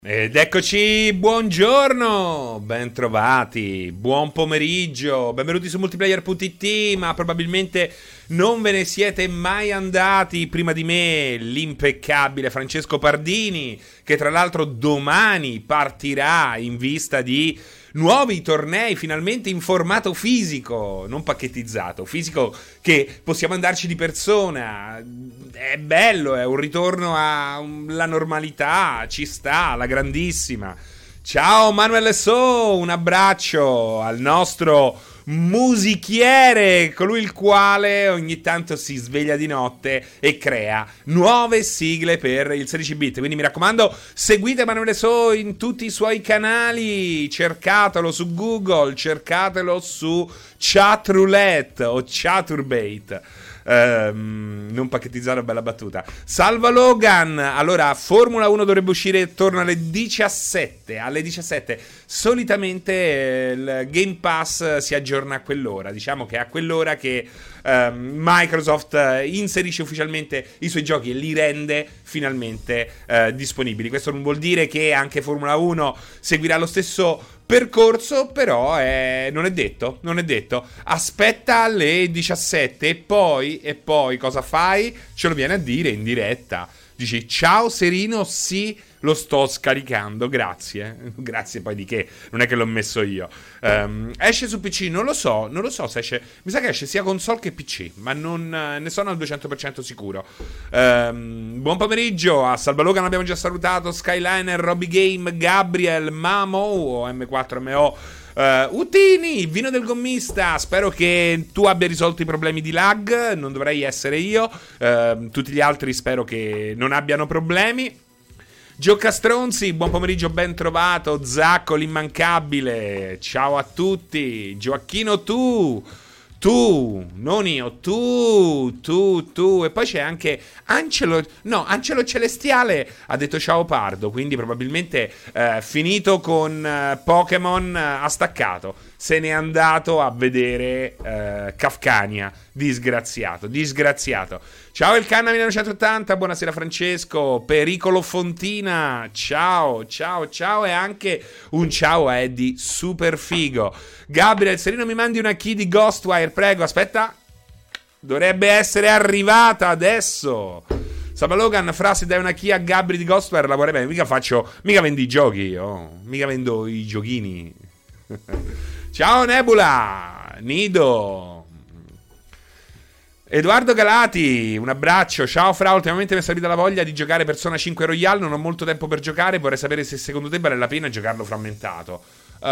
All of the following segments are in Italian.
Ed eccoci, buongiorno, ben trovati, buon pomeriggio, benvenuti su multiplayer.it, ma probabilmente non ve ne siete mai andati prima di me, l'impeccabile Francesco Pardini, che tra l'altro domani partirà in vista di nuovi tornei finalmente in formato fisico, non pacchettizzato, fisico, che possiamo andarci di persona. È bello, è un ritorno alla normalità, ci sta, alla grandissima. Ciao Manuel So, un abbraccio al nostro musichiere, colui il quale ogni tanto si sveglia di notte e crea nuove sigle per il 16 bit. Quindi mi raccomando, seguite Manuele So in tutti i suoi canali, cercatelo su Google, cercatelo su Chatroulette o Chaturbate. Non pacchettizzato, bella battuta. Salva Logan. Allora, Formula 1 dovrebbe uscire attorno alle 17. Alle 17 solitamente il Game Pass si aggiorna a quell'ora. Diciamo che è a quell'ora che Microsoft inserisce ufficialmente i suoi giochi e li rende finalmente disponibili. Questo non vuol dire che anche Formula 1 seguirà lo stesso percorso, però non è detto, non è detto. Aspetta alle 17 e poi cosa fai? Ce lo viene a dire in diretta. Dici ciao Serino, sì, lo sto scaricando, grazie. Grazie poi di che, non è che l'ho messo io. Esce su PC? Non lo so se esce. Mi sa che esce sia console che PC, ma non ne sono al 200% sicuro. Buon pomeriggio a Salva Logan, abbiamo già salutato, Skyliner, Robbie Game, Gabriel, Mamo o M4MO. Utini, vino del gommista, spero che tu abbia risolto i problemi di lag, non dovrei essere io. Tutti gli altri spero che non abbiano problemi. Gioca Stronzi, buon pomeriggio, ben trovato. Zacco, l'immancabile, ciao a tutti. Gioacchino, tu, non io, tu. E poi c'è anche Angelo Celestiale, ha detto ciao Pardo, quindi probabilmente finito con Pokémon ha staccato. Se n'è andato a vedere Kafkania. Disgraziato. Ciao il Canna 1980, buonasera Francesco. Pericolo Fontina, ciao. E anche un ciao a Eddie, super figo. Gabriel, Serino mi mandi una key di Ghostwire, prego. Aspetta, dovrebbe essere arrivata adesso. Salva Logan, frase dai una key a Gabri di Ghostwire, la vorrei bene. Mica vendo i giochi io, mica vendo i giochini. Ciao Nebula, Nido, Edoardo Galati, un abbraccio. Ciao Fra, ultimamente mi è salita la voglia di giocare Persona 5 Royale, non ho molto tempo per giocare, vorrei sapere se secondo te vale la pena giocarlo frammentato.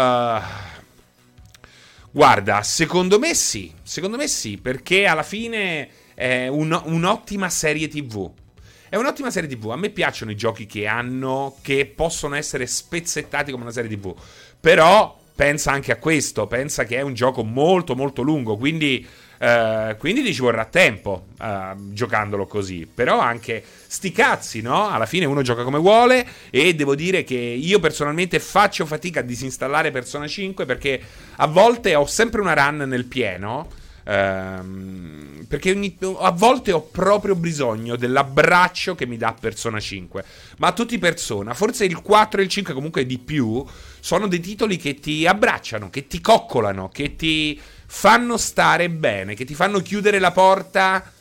Guarda, secondo me sì, perché alla fine è un'ottima serie TV. È un'ottima serie TV, a me piacciono i giochi che possono essere spezzettati come una serie TV, però pensa anche a questo, pensa che è un gioco molto molto lungo, quindi ci vorrà tempo giocandolo così. Però anche sti cazzi, no? Alla fine uno gioca come vuole, e devo dire che io personalmente faccio fatica a disinstallare Persona 5 perché a volte ho sempre una run nel pieno. Perché a volte ho proprio bisogno dell'abbraccio che mi dà Persona 5. Ma a tutti Persona, forse il 4 e il 5 comunque di più, sono dei titoli che ti abbracciano, che ti coccolano, che ti fanno stare bene, che ti fanno chiudere la porta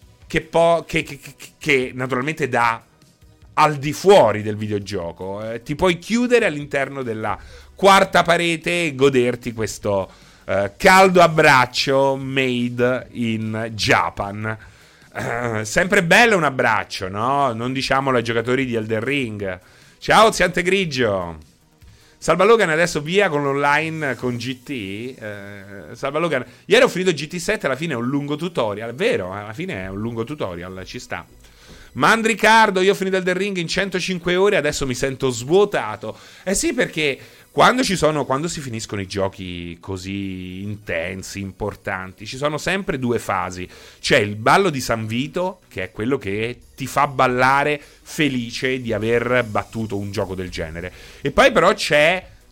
che naturalmente dà al di fuori del videogioco. Ti puoi chiudere all'interno della quarta parete e goderti questo caldo abbraccio made in Japan. Sempre bello un abbraccio, no? Non diciamolo ai giocatori di Elden Ring. Ciao Ziante Grigio. Salva Logan, adesso via con l'online con GT. Salva Logan, ieri ho finito GT7, alla fine è un lungo tutorial. È vero, alla fine è un lungo tutorial, ci sta. Mandricardo, io ho finito Elden Ring in 105 ore, adesso mi sento svuotato. Sì, perché quando si finiscono i giochi così intensi, importanti, ci sono sempre due fasi. C'è il ballo di San Vito, che è quello che ti fa ballare felice di aver battuto un gioco del genere. E poi però c'è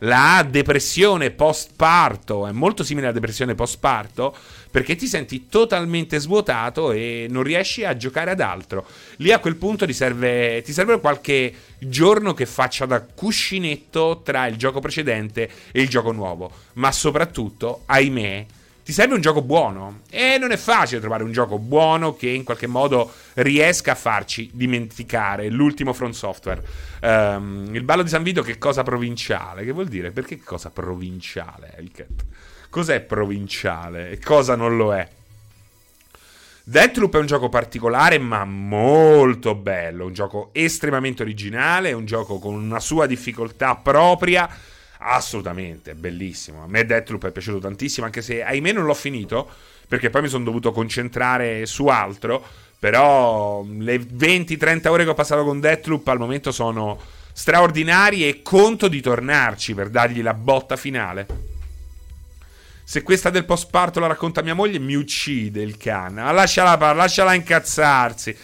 la depressione post-parto, è molto simile alla depressione post-parto, perché ti senti totalmente svuotato e non riesci a giocare ad altro. Lì a quel punto ti serve qualche giorno che faccia da cuscinetto tra il gioco precedente e il gioco nuovo. Ma soprattutto, ahimè, ti serve un gioco buono. E non è facile trovare un gioco buono che in qualche modo riesca a farci dimenticare l'ultimo From Software. Il ballo di San Vito, che cosa provinciale? Che vuol dire? Perché cosa provinciale? Cos'è provinciale e cosa non lo è? Deathloop è un gioco particolare ma molto bello, un gioco estremamente originale, un gioco con una sua difficoltà propria, assolutamente bellissimo. A me Deathloop è piaciuto tantissimo, anche se ahimè non l'ho finito, perché poi mi sono dovuto concentrare su altro, però le 20-30 ore che ho passato con Deathloop al momento sono straordinarie e conto di tornarci per dargli la botta finale. Se questa del postparto la racconta mia moglie, mi uccide il cane. Ma lasciala incazzarsi.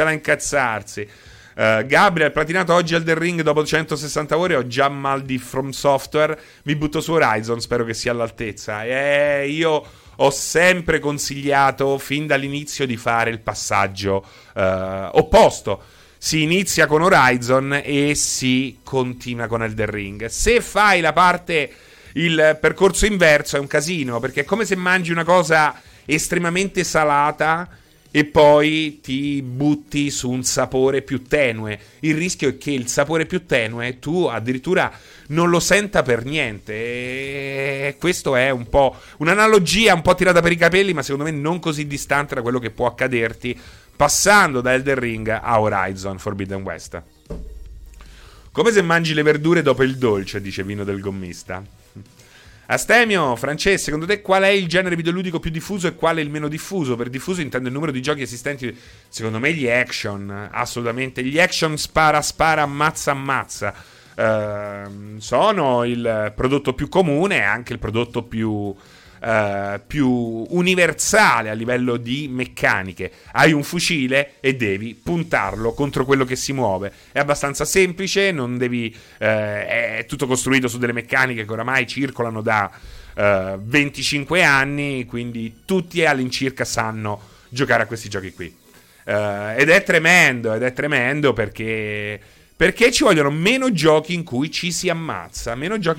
Gabriel, platinato oggi Elden Ring dopo 160 ore. Ho già mal di From Software. Mi butto su Horizon, spero che sia all'altezza. Io ho sempre consigliato fin dall'inizio di fare il passaggio opposto. Si inizia con Horizon e si continua con Elden Ring. Se fai la parte... il percorso inverso è un casino, perché è come se mangi una cosa estremamente salata e poi ti butti su un sapore più tenue. Il rischio è che il sapore più tenue tu addirittura non lo senta per niente. E questo è un po' un'analogia un po' tirata per i capelli, ma secondo me non così distante da quello che può accaderti passando da Elden Ring a Horizon Forbidden West. Come se mangi le verdure dopo il dolce, dice Vino del Gommista. Astemio, Francesco, secondo te qual è il genere videoludico più diffuso e qual è il meno diffuso? Per diffuso intendo il numero di giochi esistenti. Secondo me gli action, assolutamente. Gli action spara, ammazza. Sono il prodotto più comune e anche il prodotto più universale a livello di meccaniche. Hai un fucile e devi puntarlo contro quello che si muove. È abbastanza semplice, non devi è tutto costruito su delle meccaniche che oramai circolano da 25 anni, quindi tutti all'incirca sanno giocare a questi giochi qui. Ed è tremendo perché ci vogliono meno giochi in cui ci si ammazza.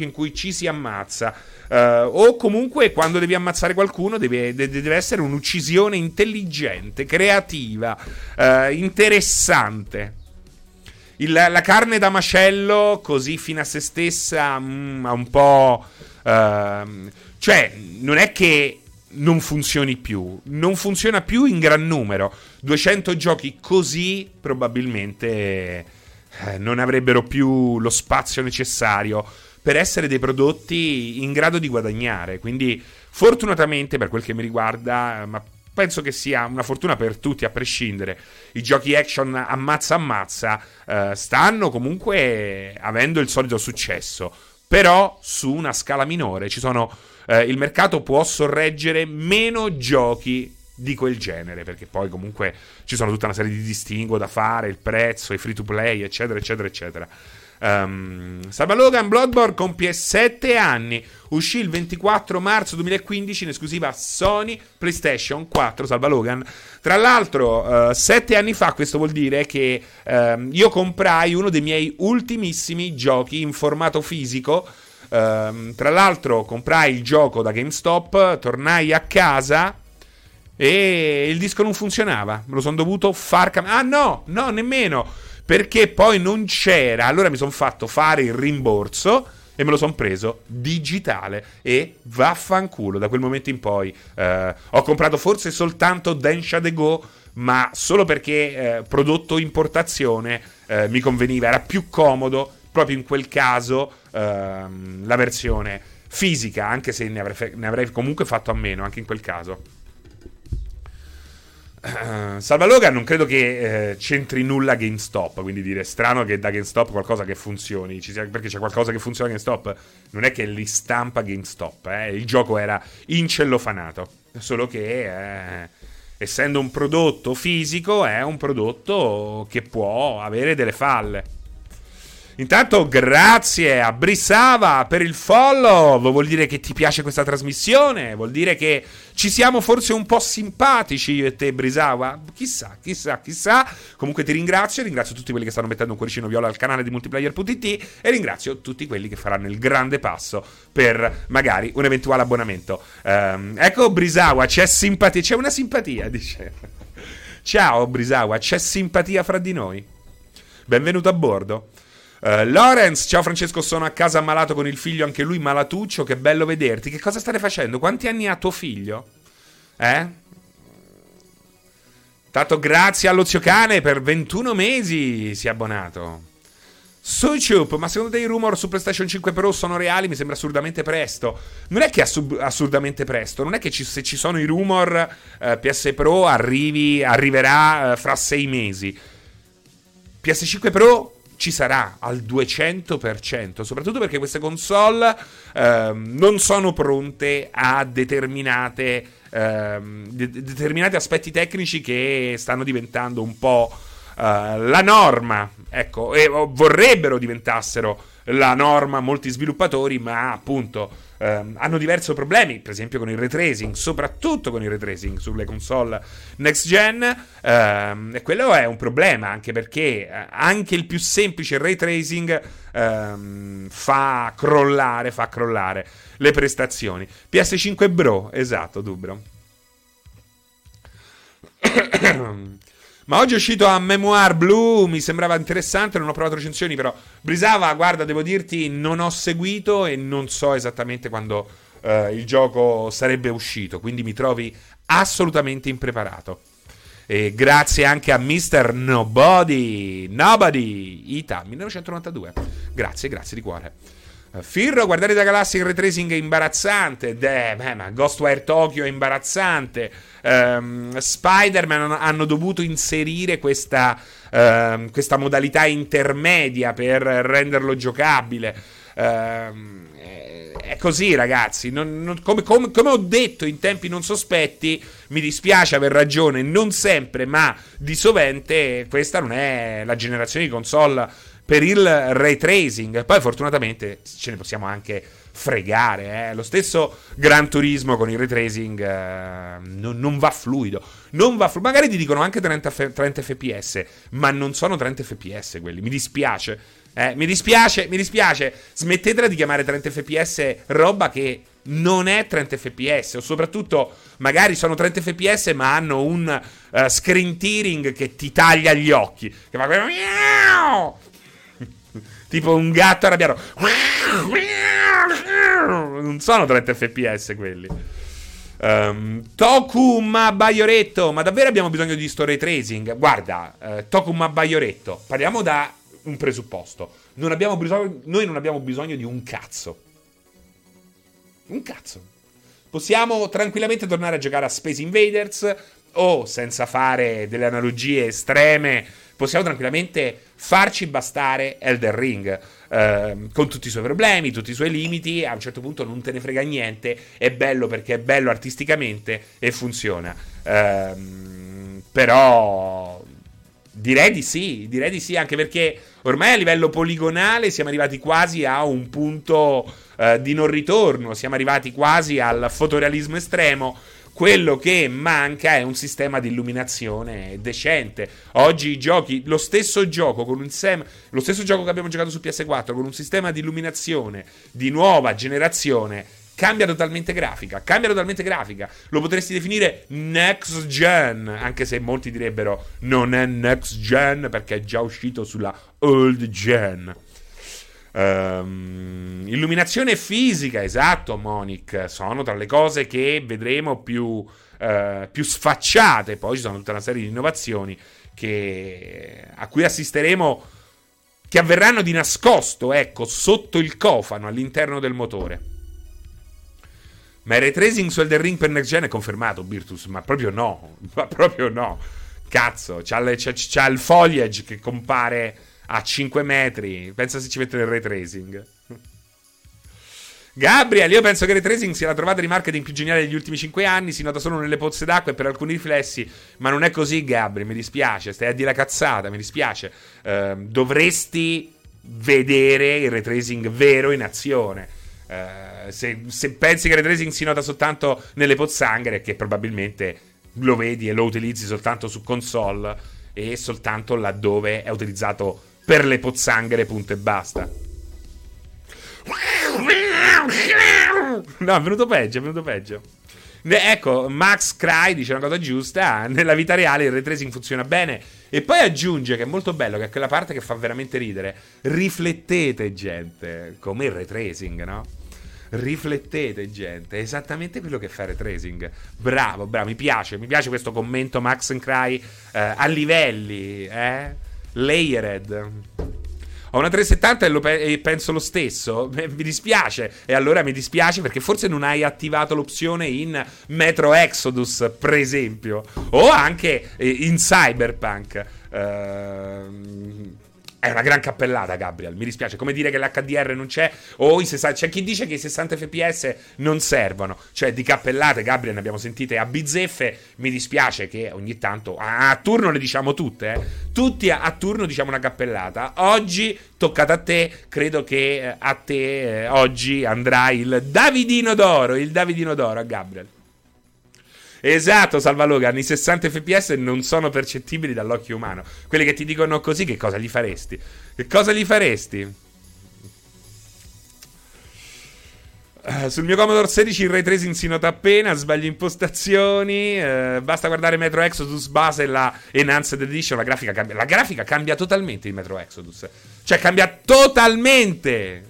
O comunque quando devi ammazzare qualcuno deve essere un'uccisione intelligente, creativa, interessante. La carne da macello così fino a se stessa ha un po'... cioè non è che non funzioni più, non funziona più in gran numero. 200 giochi così probabilmente non avrebbero più lo spazio necessario per essere dei prodotti in grado di guadagnare. Quindi fortunatamente, per quel che mi riguarda, ma penso che sia una fortuna per tutti a prescindere, i giochi action ammazza stanno comunque avendo il solito successo, però su una scala minore. Il mercato può sorreggere meno giochi di quel genere, perché poi comunque ci sono tutta una serie di distinguo da fare, il prezzo, i free to play, eccetera. Salva Logan Bloodborne compie 7 anni, uscì il 24 marzo 2015 in esclusiva Sony PlayStation 4. Salva Logan. Tra l'altro 7 anni fa, questo vuol dire che io comprai uno dei miei ultimissimi giochi in formato fisico. Tra l'altro comprai il gioco da GameStop, tornai a casa e il disco non funzionava, me lo sono dovuto far cambiare. No, nemmeno, perché poi non c'era. Allora mi sono fatto fare il rimborso e me lo sono preso digitale e vaffanculo. Da quel momento in poi ho comprato forse soltanto Densha The Go, ma solo perché prodotto importazione mi conveniva, era più comodo proprio in quel caso la versione fisica, anche se ne avrei comunque fatto a meno anche in quel caso. Salva Logan non credo che c'entri nulla GameStop, quindi dire strano che da GameStop qualcosa che funzioni perché c'è qualcosa che funziona a GameStop, non è che li stampa GameStop, il gioco era incellofanato, solo che essendo un prodotto fisico è un prodotto che può avere delle falle. Intanto grazie a Brisava per il follow, vuol dire che ti piace questa trasmissione, vuol dire che ci siamo forse un po' simpatici io e te, Brisava, chissà. Comunque ti ringrazio tutti quelli che stanno mettendo un cuoricino viola al canale di Multiplayer.it e ringrazio tutti quelli che faranno il grande passo per magari un eventuale abbonamento. Ecco Brisava, c'è simpatia, c'è una simpatia, dice. Ciao Brisava, c'è simpatia fra di noi. Benvenuto a bordo. Lorenz, ciao Francesco, sono a casa ammalato con il figlio, anche lui malatuccio, che bello vederti. Che cosa state facendo? Quanti anni ha tuo figlio? Tanto grazie allo zio cane per 21 mesi si è abbonato. Suchup, ma secondo te i rumor su PlayStation 5 Pro sono reali? Mi sembra assurdamente presto. Non è che è assurdamente presto, non è che se ci sono i rumor PS Pro arriverà fra 6 mesi. PS5 Pro ci sarà al 200%, soprattutto perché queste console non sono pronte a determinati aspetti tecnici che stanno diventando un po' la norma, ecco, e vorrebbero diventassero la norma molti sviluppatori, ma appunto hanno diversi problemi, per esempio con il ray tracing, soprattutto con il ray tracing sulle console next gen, e quello è un problema, anche perché anche il più semplice ray tracing fa crollare le prestazioni. PS5 Pro, esatto, Dubro. Ma oggi è uscito a Memoir Blue, mi sembrava interessante, non ho provato recensioni, però Brisava, guarda, devo dirti, non ho seguito e non so esattamente quando il gioco sarebbe uscito, quindi mi trovi assolutamente impreparato. E grazie anche a Mr. Nobody Ita 1992. Grazie di cuore. Firro, guardare da galassia il ray tracing è imbarazzante. Ma Ghostwire Tokyo è imbarazzante. Spider-Man hanno dovuto inserire questa modalità intermedia per renderlo giocabile. È così, ragazzi. Come ho detto in tempi non sospetti, mi dispiace aver ragione, non sempre, ma di sovente questa non è la generazione di console per il ray tracing. Poi fortunatamente ce ne possiamo anche fregare, Lo stesso Gran Turismo con il ray tracing non va fluido. Magari ti dicono anche 30 fps, ma non sono 30 fps quelli. Mi dispiace. Mi dispiace. Smettetela di chiamare 30 fps roba che non è 30 fps, o soprattutto magari sono 30 fps ma hanno un screen tearing che ti taglia gli occhi, che fa quello tipo un gatto arrabbiato. Non sono 30 fps quelli. Tokuma Baioretto, ma davvero abbiamo bisogno di sto ray tracing? Guarda, Tokuma Baioretto, parliamo da un presupposto. Noi non abbiamo bisogno di un cazzo. Possiamo tranquillamente tornare a giocare a Space Invaders, o, senza fare delle analogie estreme, possiamo tranquillamente farci bastare Elden Ring, con tutti i suoi problemi, tutti i suoi limiti. A un certo punto non te ne frega niente, è bello perché è bello artisticamente e funziona. Però direi di sì, anche perché ormai a livello poligonale siamo arrivati quasi a un punto di non ritorno, siamo arrivati quasi al fotorealismo estremo. Quello che manca è un sistema di illuminazione decente. Oggi i giochi, lo stesso gioco che abbiamo giocato su PS4 con un sistema di illuminazione di nuova generazione cambia totalmente grafica. Lo potresti definire next gen, anche se molti direbbero non è next gen perché è già uscito sulla old gen. Illuminazione fisica, esatto, Monic, sono tra le cose che vedremo più sfacciate. Poi ci sono tutta una serie di innovazioni a cui assisteremo, che avverranno di nascosto, ecco, sotto il cofano, all'interno del motore. Ma il ray tracing su Elden Ring per next gen è confermato, Virtus? Ma proprio no. Cazzo, c'ha il foliage che compare a 5 metri. Pensa se ci mette il ray tracing. Gabriel, io penso che il ray tracing sia la trovata di marketing più geniale degli ultimi 5 anni. Si nota solo nelle pozze d'acqua e per alcuni riflessi. Ma non è così, Gabriel, mi dispiace. Stai a dire la cazzata, mi dispiace. Dovresti vedere il ray tracing vero in azione. Se pensi che il ray tracing si nota soltanto nelle pozzanghere, che probabilmente lo vedi e lo utilizzi soltanto su console e soltanto laddove è utilizzato per le pozzanghere, punto e basta. No, è venuto peggio. Ecco, Max Cry dice una cosa giusta: nella vita reale il ray tracing funziona bene. E poi aggiunge, che è molto bello, che è quella parte che fa veramente ridere: riflettete, gente, come il ray tracing, no? Riflettete, gente, è esattamente quello che fa il ray tracing. Bravo, mi piace questo commento Max Cry a livelli, layered. Ho una 370 e penso lo stesso. Mi dispiace. E allora mi dispiace perché forse non hai attivato l'opzione in Metro Exodus, per esempio. O anche in Cyberpunk. È una gran cappellata, Gabriel. Mi dispiace. Come dire che l'HDR non c'è. O c'è chi dice che i 60 fps non servono. Cioè, di cappellate, Gabriel, ne abbiamo sentite a bizzeffe. Mi dispiace che ogni tanto a turno le diciamo tutte. Tutti a turno diciamo una cappellata. Oggi toccata a te. Credo che a te oggi andrà il Davidino d'oro. Il Davidino d'oro a Gabriel. Esatto, Salvalogan, i 60 fps non sono percettibili dall'occhio umano. Quelli che ti dicono così, che cosa gli faresti? Sul mio Commodore 16 il ray tracing si nota appena, sbaglio impostazioni, basta guardare Metro Exodus base e la Enhanced Edition, la grafica cambia totalmente in Metro Exodus. Cioè cambia totalmente.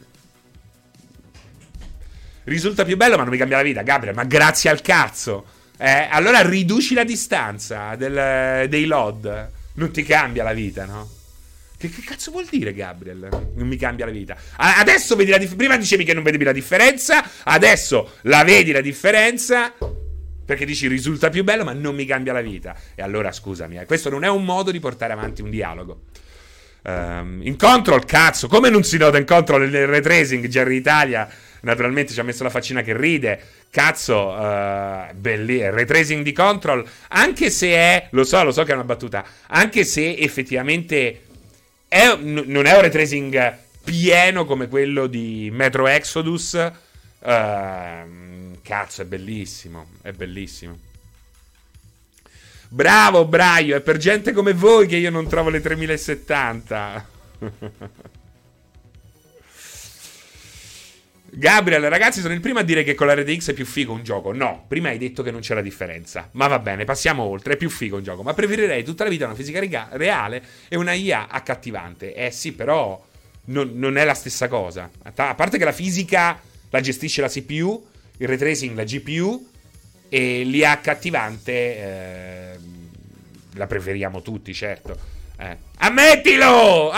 Risulta più bello ma non mi cambia la vita, Gabriel, ma grazie al cazzo. Allora riduci la distanza dei LOD. Non ti cambia la vita, no? Che cazzo vuol dire, Gabriel? Non mi cambia la vita. Adesso vedi la differenza. Prima dicevi che non vedevi la differenza. Adesso la vedi la differenza. Perché dici risulta più bello, ma non mi cambia la vita. E allora scusami, questo non è un modo di portare avanti un dialogo. In Control, cazzo, come non si nota in Control il ray tracing? Jerry Italia naturalmente ci ha messo la faccina che ride. Cazzo, belli, il ray tracing di Control, anche se è, lo so che è una battuta, anche se effettivamente non è un ray tracing pieno come quello di Metro Exodus, cazzo, è bellissimo. Bravo Braio, è per gente come voi che io non trovo le 3070. Gabriel, ragazzi, sono il primo a dire che con la RTX è più figo un gioco. No, prima hai detto che non c'era differenza. Ma va bene, passiamo oltre, è più figo un gioco. Ma preferirei tutta la vita una fisica reale e una IA accattivante. Sì, però non è la stessa cosa. A parte che la fisica la gestisce la CPU, il ray tracing la GPU, e l'IA accattivante la preferiamo tutti, certo. Ammettilo!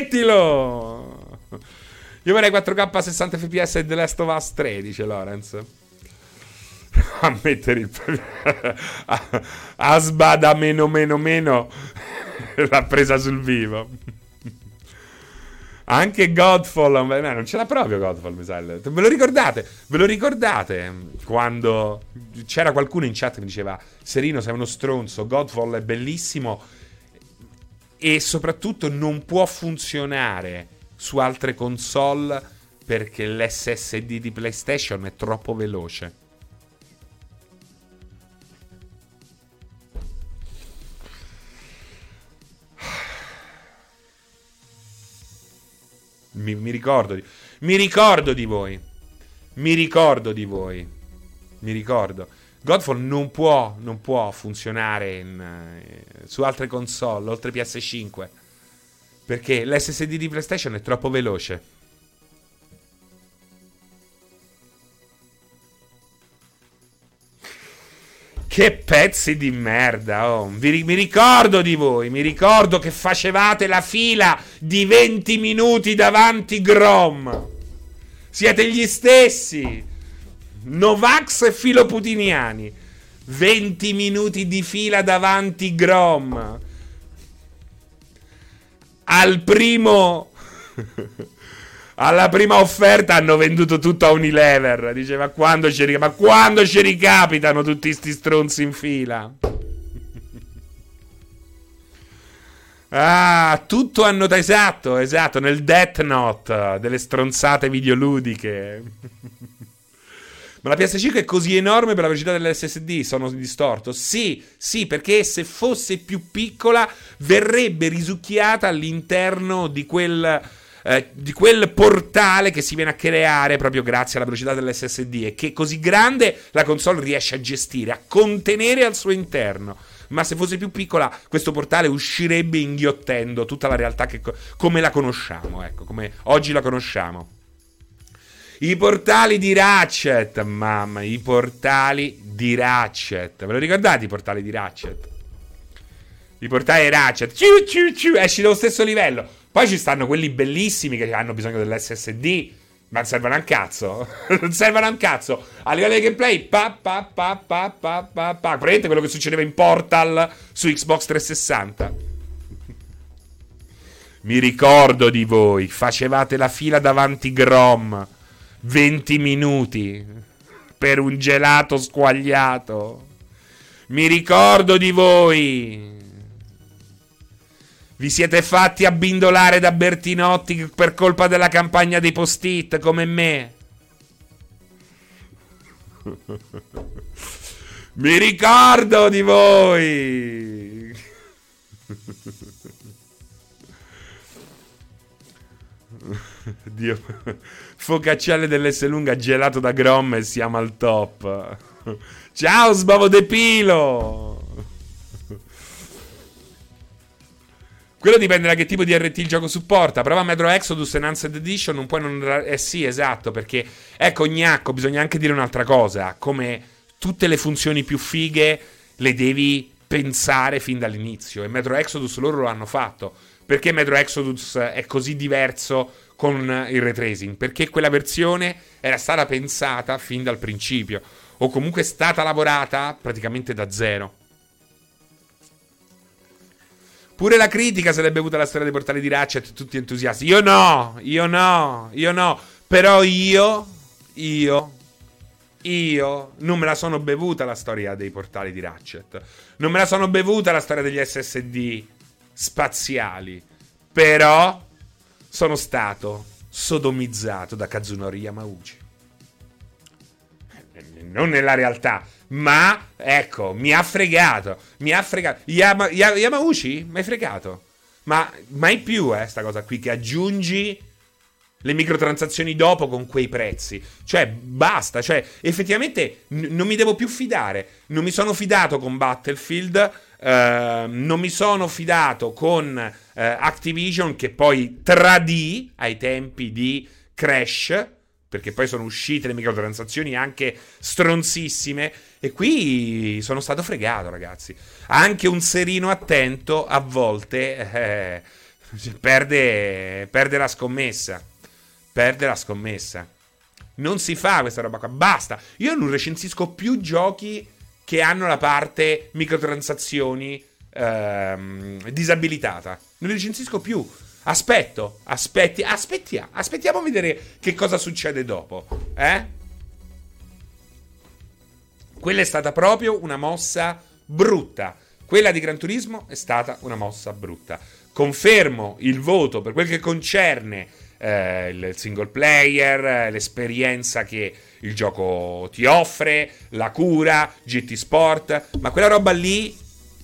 Io vorrei 4K a 60 fps e The Last of Us 3, dice Lorenz. A mettere il Asbada meno l'ha presa sul vivo. Anche Godfall, non ce l'ha proprio Godfall, mi sa. Ve lo ricordate? Quando c'era qualcuno in chat che mi diceva: Serino, sei uno stronzo, Godfall è bellissimo e soprattutto non può funzionare su altre console perché l'SSD di PlayStation è troppo veloce. Mi ricordo di voi. Godfall non può funzionare su altre console oltre PS5 perché l'SSD di PlayStation è troppo veloce. Che pezzi di merda, oh. Mi ricordo di voi, mi ricordo che facevate la fila di 20 minuti davanti Grom. Siete gli stessi. Novax e filoputiniani. 20 minuti di fila davanti Grom. Alla prima offerta hanno venduto tutto a Unilever. Dice: ma quando ci ricapitano tutti sti stronzi in fila? Ah, tutto annota, esatto, nel Death Note delle stronzate videoludiche. Ma la PS5 è così enorme per la velocità dell'SSD, sono distorto? Sì, perché se fosse più piccola verrebbe risucchiata all'interno di quel portale che si viene a creare proprio grazie alla velocità dell'SSD e che così grande la console riesce a gestire, a contenere al suo interno. Ma se fosse più piccola, questo portale uscirebbe inghiottendo tutta la realtà come la conosciamo, ecco, come oggi la conosciamo. I portali di Ratchet, mamma, i portali di Ratchet. Ve lo ricordate i portali di Ratchet? I portali Ratchet, esci dallo stesso livello. Poi ci stanno quelli bellissimi che hanno bisogno dell'SSD, ma non servono a un cazzo. Non servono a un cazzo. A livello di gameplay, prendete quello che succedeva in Portal su Xbox 360. Mi ricordo di voi, facevate la fila davanti Grom 20 minuti per un gelato squagliato. Mi ricordo di voi. Vi siete fatti abbindolare da Bertinotti per colpa della campagna dei post-it come me. Mi ricordo di voi. Dio. Focacciale dell'S lunga gelato da Grom e siamo al top. Ciao Sbavo De Pilo. Quello dipende da che tipo di RT il gioco supporta. Prova Metro Exodus Enhanced Edition. Non puoi non... sì, esatto. Perché, ecco, gnacco, bisogna anche dire un'altra cosa. Come tutte le funzioni più fighe le devi pensare fin dall'inizio. E Metro Exodus loro lo hanno fatto. Perché Metro Exodus è così diverso con il ray tracing? Perché quella versione era stata pensata fin dal principio. O comunque è stata lavorata praticamente da zero. Pure la critica sarebbe avuta la storia dei portali di Ratchet, tutti entusiasti. Io no. Però io non me la sono bevuta la storia dei portali di Ratchet. Non me la sono bevuta la storia degli SSD spaziali. Però sono stato sodomizzato da Kazunori Yamauchi. Non nella realtà, ma ecco, mi ha fregato. Yamauchi? Mi hai fregato. Ma mai più, sta cosa qui, che aggiungi le microtransazioni dopo con quei prezzi. Cioè, basta. Cioè, effettivamente non mi devo più fidare. Non mi sono fidato con Battlefield. Non mi sono fidato con Activision, che poi tradì ai tempi di Crash, perché poi sono uscite le microtransazioni anche stronzissime. E qui sono stato fregato, ragazzi. Anche un serino attento a volte perde la scommessa. Perde la scommessa. Non si fa questa roba qua. Basta. Io non recensisco più giochi che hanno la parte microtransazioni disabilitata. Non li recensisco più. Aspettiamo a vedere che cosa succede dopo. Quella è stata proprio una mossa brutta. Quella di Gran Turismo è stata una mossa brutta. Confermo il voto per quel che concerne il single player, l'esperienza che il gioco ti offre, la cura, GT Sport, ma quella roba lì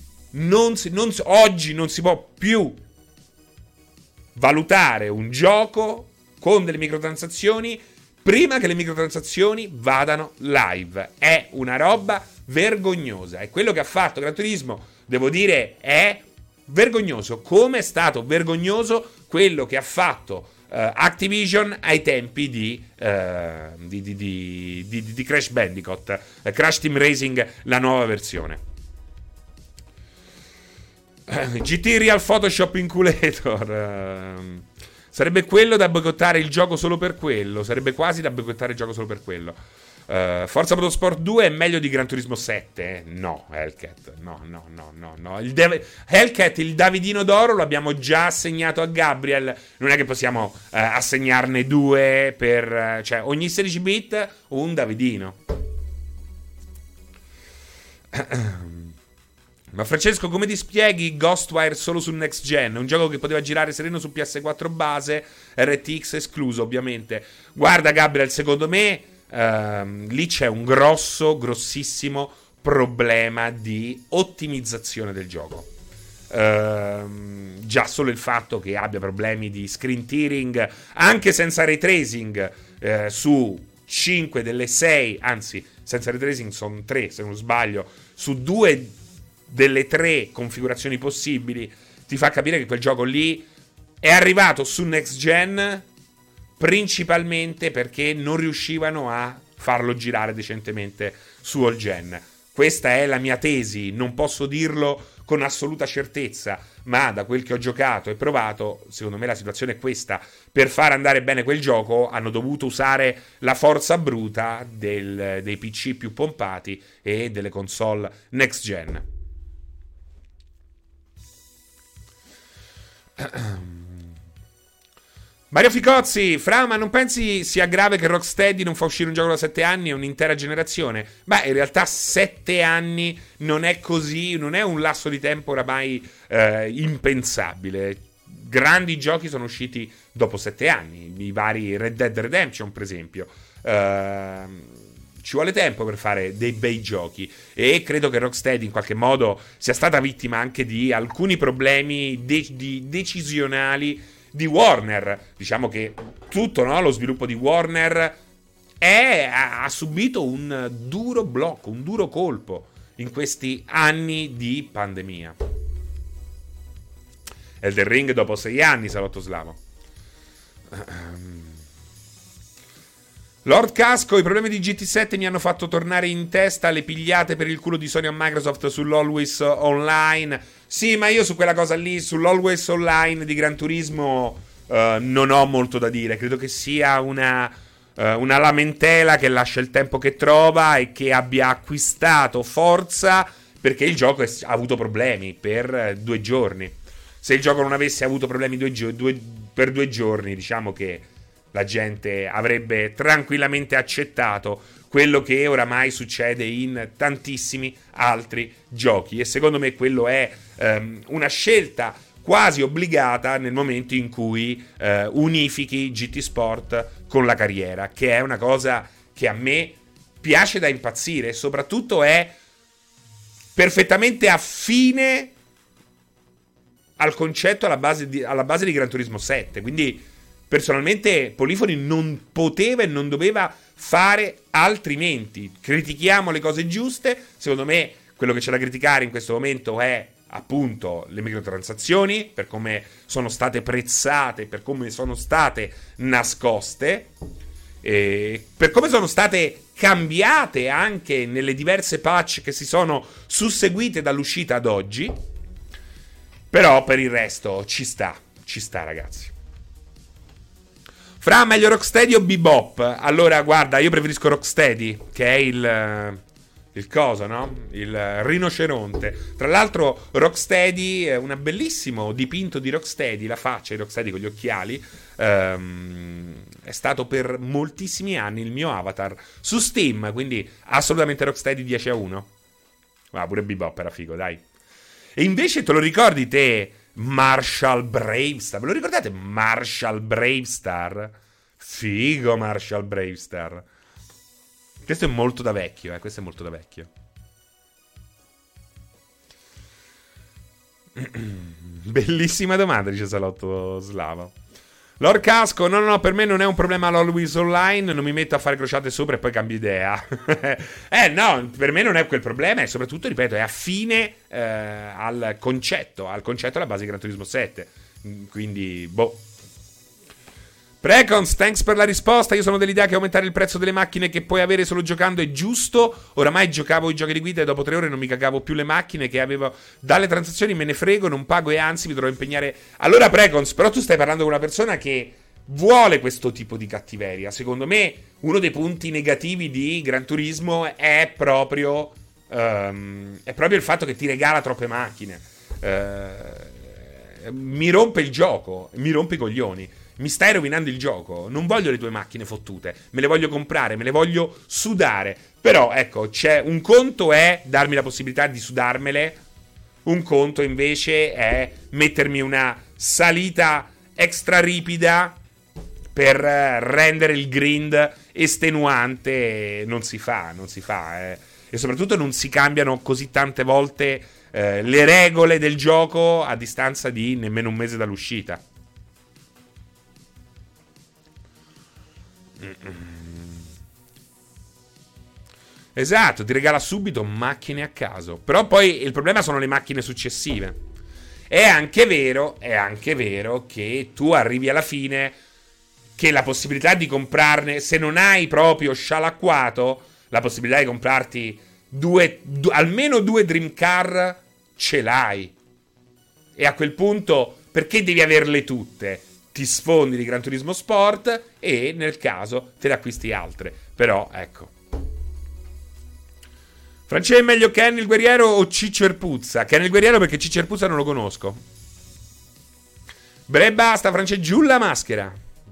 oggi non si può più valutare un gioco con delle microtransazioni prima che le microtransazioni vadano live. È una roba vergognosa. E quello che ha fatto Gran Turismo, devo dire, è vergognoso. Come è stato vergognoso quello che ha fatto Activision ai tempi di Crash Bandicoot, Crash Team Racing, la nuova versione. GT Real Photoshop Inculator. Sarebbe quello da boicottare il gioco solo per quello. Sarebbe quasi da boicottare il gioco solo per quello. Forza Motorsport 2 è meglio di Gran Turismo 7? No, Hellcat. No. Hellcat, il Davidino d'oro, lo abbiamo già assegnato a Gabriel. Non è che possiamo assegnarne due per... cioè, ogni 16 bit un Davidino. Ma Francesco, come ti spieghi Ghostwire solo su Next Gen? Un gioco che poteva girare sereno su PS4 base, RTX escluso ovviamente. Guarda Gabriel, secondo me lì c'è un grossissimo problema di ottimizzazione del gioco. Già solo il fatto che abbia problemi di screen tearing anche senza ray tracing su 5 delle 6, anzi senza ray tracing sono 3 se non sbaglio, su 2 delle 3 configurazioni possibili, ti fa capire che quel gioco lì è arrivato su next gen principalmente perché non riuscivano a farlo girare decentemente su all gen. Questa è la mia tesi, non posso dirlo con assoluta certezza, ma da quel che ho giocato e provato, secondo me la situazione è questa. Per far andare bene quel gioco hanno dovuto usare la forza bruta dei PC più pompati e delle console next gen. Mario Ficozzi, Fra, ma non pensi sia grave che Rocksteady non fa uscire un gioco da 7 anni e un'intera generazione? Beh, in realtà 7 anni non è così, non è un lasso di tempo oramai impensabile. Grandi giochi sono usciti dopo 7 anni, i vari Red Dead Redemption per esempio. Ci vuole tempo per fare dei bei giochi e credo che Rocksteady in qualche modo sia stata vittima anche di alcuni problemi decisionali di Warner. Diciamo che tutto, no, lo sviluppo di Warner ha subito un duro blocco, un duro colpo in questi anni di pandemia. Elden Ring dopo 6 anni, Salotto Slavo. Lord Casco, i problemi di GT7 mi hanno fatto tornare in testa le pigliate per il culo di Sony e Microsoft sull'Always Online. Sì, ma io su quella cosa lì, sull'Always Online di Gran Turismo, non ho molto da dire. Credo che sia una lamentela che lascia il tempo che trova e che abbia acquistato forza perché il gioco ha avuto problemi per 2 giorni. Se il gioco non avesse avuto problemi per 2 giorni, diciamo che la gente avrebbe tranquillamente accettato quello che oramai succede in tantissimi altri giochi. E secondo me quello è una scelta quasi obbligata nel momento in cui unifichi GT Sport con la carriera, che è una cosa che a me piace da impazzire e soprattutto è perfettamente affine al concetto alla base di Gran Turismo 7. Quindi personalmente Polifoni non poteva e non doveva fare altrimenti. Critichiamo le cose giuste. Secondo me quello che c'è da criticare in questo momento è appunto le microtransazioni, per come sono state prezzate, per come sono state nascoste, per come sono state cambiate anche nelle diverse patch che si sono susseguite dall'uscita ad oggi. Però per il resto ci sta ragazzi. Fra, meglio Rocksteady o Bebop? Allora, guarda, io preferisco Rocksteady, che è il coso, no? Il rinoceronte. Tra l'altro Rocksteady è un bellissimo dipinto di Rocksteady, la faccia di Rocksteady con gli occhiali, è stato per moltissimi anni il mio avatar su Steam, quindi assolutamente Rocksteady 10-1. Ma pure Bebop era figo, dai. E invece te lo ricordi te Marshall Bravestar? Ve lo ricordate Marshall Bravestar? Figo Marshall Bravestar. Questo è molto da vecchio, questo è molto da vecchio. Bellissima domanda, dice Salotto Slavo. Lord Casco, no, per me non è un problema l'Always Online, non mi metto a fare crociate sopra e poi cambio idea. No, per me non è quel problema e soprattutto, ripeto, è affine al concetto alla base di Gran Turismo 7. Quindi, boh. Precons, thanks per la risposta. Io sono dell'idea che aumentare il prezzo delle macchine che puoi avere solo giocando è giusto. Oramai giocavo i giochi di guida e dopo 3 ore non mi cagavo più le macchine che avevo. Dalle transazioni me ne frego, non pago e anzi mi dovrò impegnare. Allora Precons, però tu stai parlando con una persona che vuole questo tipo di cattiveria. Secondo me uno dei punti negativi di Gran Turismo è proprio il fatto che ti regala troppe macchine. Mi rompe il gioco, mi rompe i coglioni. Mi stai rovinando il gioco. Non voglio le tue macchine fottute. Me le voglio comprare, me le voglio sudare. Però, ecco, c'è un conto è darmi la possibilità di sudarmele. Un conto invece è mettermi una salita extra ripida per rendere il grind estenuante. Non si fa. E soprattutto non si cambiano così tante volte le regole del gioco a distanza di nemmeno un mese dall'uscita. Esatto, ti regala subito macchine a caso. Però poi il problema sono le macchine successive. È anche vero che tu arrivi alla fine che la possibilità di comprarne, se non hai proprio scialacquato, la possibilità di comprarti almeno due Dream Car ce l'hai. E a quel punto, perché devi averle tutte? Ti sfondi di Gran Turismo Sport e nel caso te ne acquisti altre. Però, ecco. Francesco, è meglio Ken il guerriero o Ciccio Erpuzza? Ken il guerriero perché Ciccio Erpuzza non lo conosco. Bre, basta, Francesco, giù la maschera.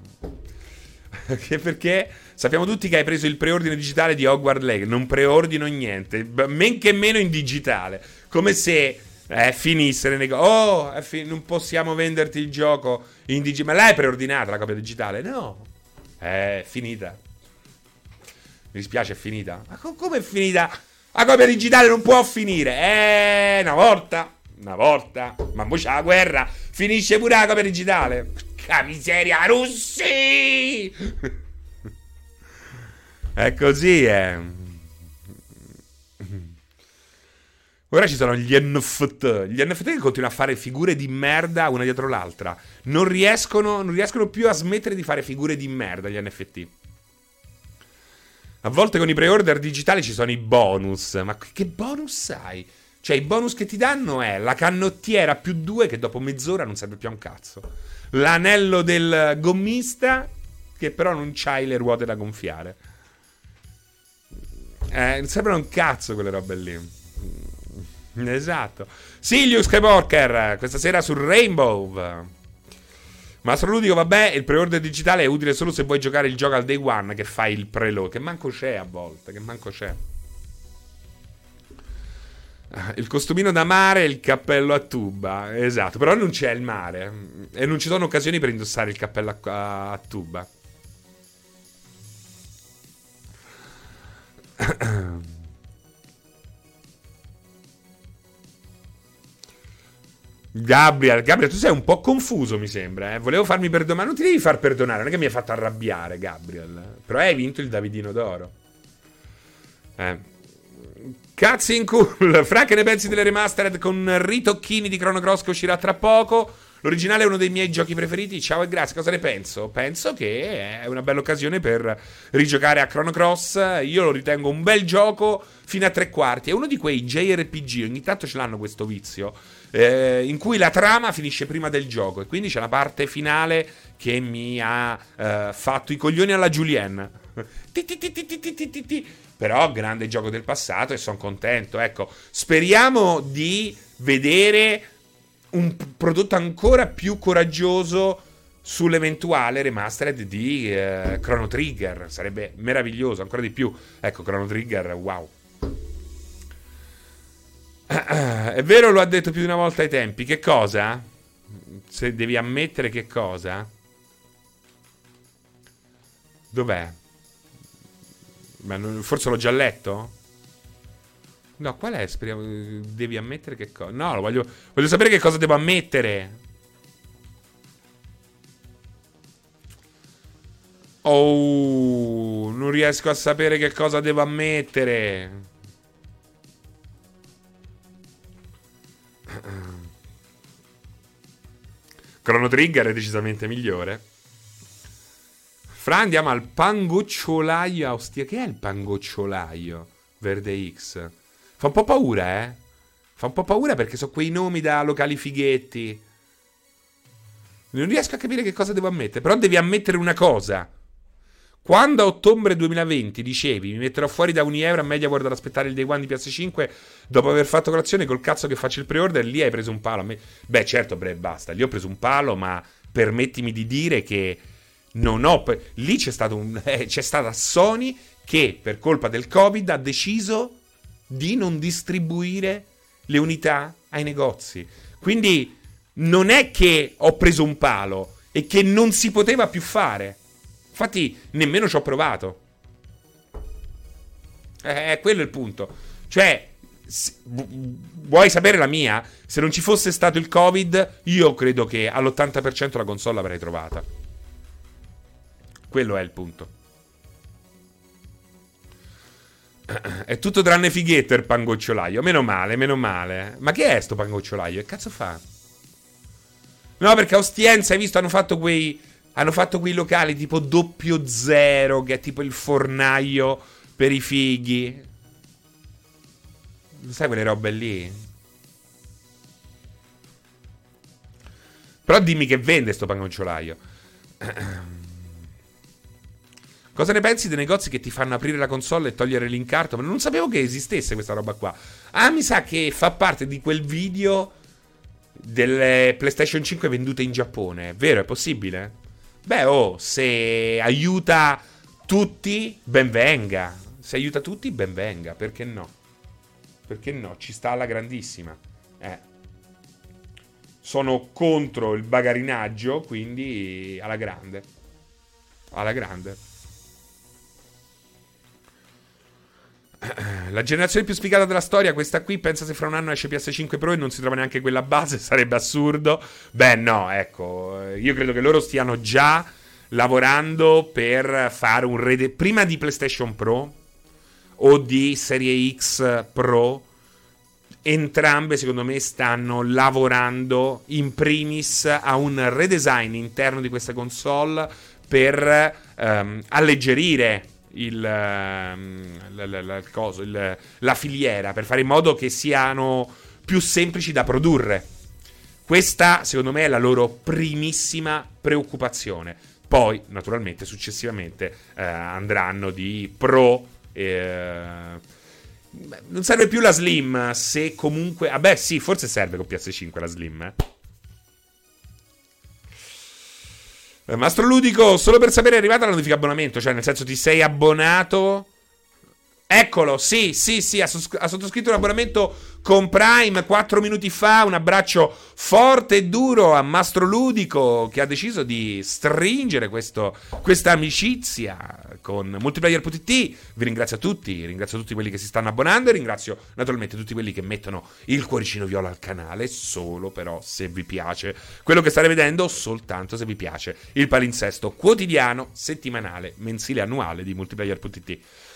Perché sappiamo tutti che hai preso il preordine digitale di Hogwarts Legacy. Non preordino niente, men che meno in digitale. Come se finisse nei negozi. Non possiamo venderti il gioco in digitale. Ma l'hai preordinata la copia digitale? No, è finita. Mi dispiace, è finita. Ma come è finita? La copia digitale non può finire. Una volta. Ma poi c'è la guerra. Finisce pure la copia digitale. Che miseria, russi! È così, Ora ci sono gli NFT. Gli NFT che continuano a fare figure di merda una dietro l'altra. Non riescono più a smettere di fare figure di merda gli NFT. A volte con i pre-order digitali ci sono i bonus. Ma che bonus hai? Cioè, i bonus che ti danno è la canottiera più 2 che dopo mezz'ora non serve più a un cazzo. L'anello del gommista che però non c'hai le ruote da gonfiare. Non servono un cazzo quelle robe lì. Esatto. Sì, Luke Skywalker, questa sera su Rainbow. Mastro Ludico, vabbè, il pre-order digitale è utile solo se vuoi giocare il gioco al day one, che fai il preload, che manco c'è a volte, Il costumino da mare e il cappello a tuba. Esatto, però non c'è il mare e non ci sono occasioni per indossare il cappello a tuba. Gabriel, tu sei un po' confuso, mi sembra. Volevo farmi perdonare. Non ti devi far perdonare, non è che mi hai fatto arrabbiare, Gabriel. Però hai vinto il Davidino d'oro. Cazzi in culo. Fra, che ne pensi delle remastered con ritocchini di Chrono Cross che uscirà tra poco? L'originale è uno dei miei giochi preferiti. Ciao e grazie. Cosa ne penso? Penso che è una bella occasione per rigiocare a Chrono Cross. Io lo ritengo un bel gioco fino a 3/4. È uno di quei JRPG, ogni tanto ce l'hanno questo vizio, in cui la trama finisce prima del gioco e quindi c'è la parte finale che mi ha fatto i coglioni alla Julien. Però grande gioco del passato e sono contento. Ecco, speriamo di vedere un prodotto ancora più coraggioso sull'eventuale remastered di Chrono Trigger. Sarebbe meraviglioso, ancora di più. Ecco, Chrono Trigger, wow. È vero, lo ha detto più di una volta ai tempi. Che cosa? Se devi ammettere che cosa? Dov'è? Ma forse l'ho già letto? No, qual è? Speriamo. Devi ammettere che cosa? No, voglio sapere che cosa devo ammettere. Oh, non riesco a sapere che cosa devo ammettere. Chrono Trigger è decisamente migliore. Fra, andiamo al pangocciolaio. Ostia, che è il pangocciolaio? Verde X. Fa un po' paura, eh? Fa un po' paura perché so quei nomi da locali fighetti. Non riesco a capire che cosa devo ammettere. Però devi ammettere una cosa. Quando a ottobre 2020 dicevi mi metterò fuori da €1 a MediaWorld ad aspettare il Day One di PS5 dopo aver fatto colazione col cazzo che faccio il pre-order, lì hai preso un palo. Beh, certo, basta. Lì ho preso un palo, ma permettimi di dire che non ho... Lì c'è stata Sony che per colpa del Covid ha deciso di non distribuire le unità ai negozi. Quindi non è che ho preso un palo, è che non si poteva più fare. Infatti nemmeno ci ho provato. Quello è il punto. Cioè, vuoi sapere la mia? Se non ci fosse stato il Covid, io credo che all'80% la console l'avrei trovata. Quello è il punto. È tutto tranne fighetto il pangocciolaio. Meno male, meno male. Ma che è sto pangocciolaio? Che cazzo fa? No, perché a Ostiense, hai visto, hanno fatto quei locali tipo 00, che è tipo il fornaio per i fighi. Sai quelle robe lì? Però dimmi che vende sto pangocciolaio. Cosa ne pensi dei negozi che ti fanno aprire la console e togliere l'incarto? Ma non sapevo che esistesse questa roba qua. Ah, mi sa che fa parte di quel video delle PlayStation 5 vendute in Giappone. Vero, è possibile? Beh, se aiuta tutti, ben venga. Se aiuta tutti, ben venga. Perché no? Perché no? Ci sta alla grandissima. Sono contro il bagarinaggio, quindi alla grande. Alla grande. La generazione più sfigata della storia, questa qui. Pensa se fra un anno esce PS5 Pro e non si trova neanche quella base, sarebbe assurdo. Beh no, ecco, io credo che loro stiano già lavorando per fare un prima di PlayStation Pro o di Serie X Pro. Entrambe secondo me stanno lavorando in primis a un redesign interno di questa console per alleggerire la filiera, per fare in modo che siano più semplici da produrre. Questa secondo me è la loro primissima preoccupazione. Poi naturalmente successivamente andranno di Pro. Non serve più la Slim, se comunque... Vabbè sì, forse serve con PS5 la Slim, Mastro Ludico, solo per sapere, è arrivata la notifica abbonamento? Cioè, nel senso, ti sei abbonato? Eccolo, sì, ha sottoscritto un abbonamento con Prime 4 minuti fa. Un abbraccio forte e duro a Mastro Ludico, che ha deciso di stringere questa amicizia con Multiplayer.it. Vi ringrazio a tutti, ringrazio tutti quelli che si stanno abbonando e ringrazio naturalmente tutti quelli che mettono il cuoricino viola al canale, solo però se vi piace quello che state vedendo, soltanto se vi piace il palinsesto quotidiano, settimanale, mensile, annuale di Multiplayer.it.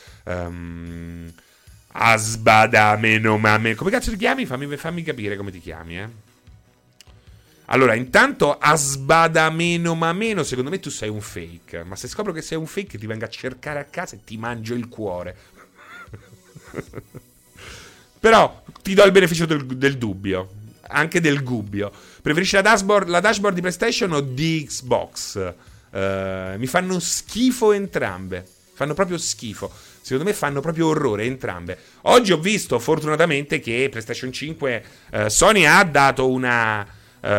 Asbadameno mame. Come cazzo ti chiami? Fammi capire come ti chiami, Allora, intanto Asbadameno mameno, secondo me tu sei un fake. Ma se scopro che sei un fake, ti vengo a cercare a casa e ti mangio il cuore. Però ti do il beneficio del dubbio, anche del gubbio. Preferisci la dashboard di PlayStation o di Xbox? Mi fanno schifo entrambe. Fanno proprio schifo. Secondo me fanno proprio orrore entrambe. Oggi ho visto fortunatamente che PlayStation 5 Sony ha dato una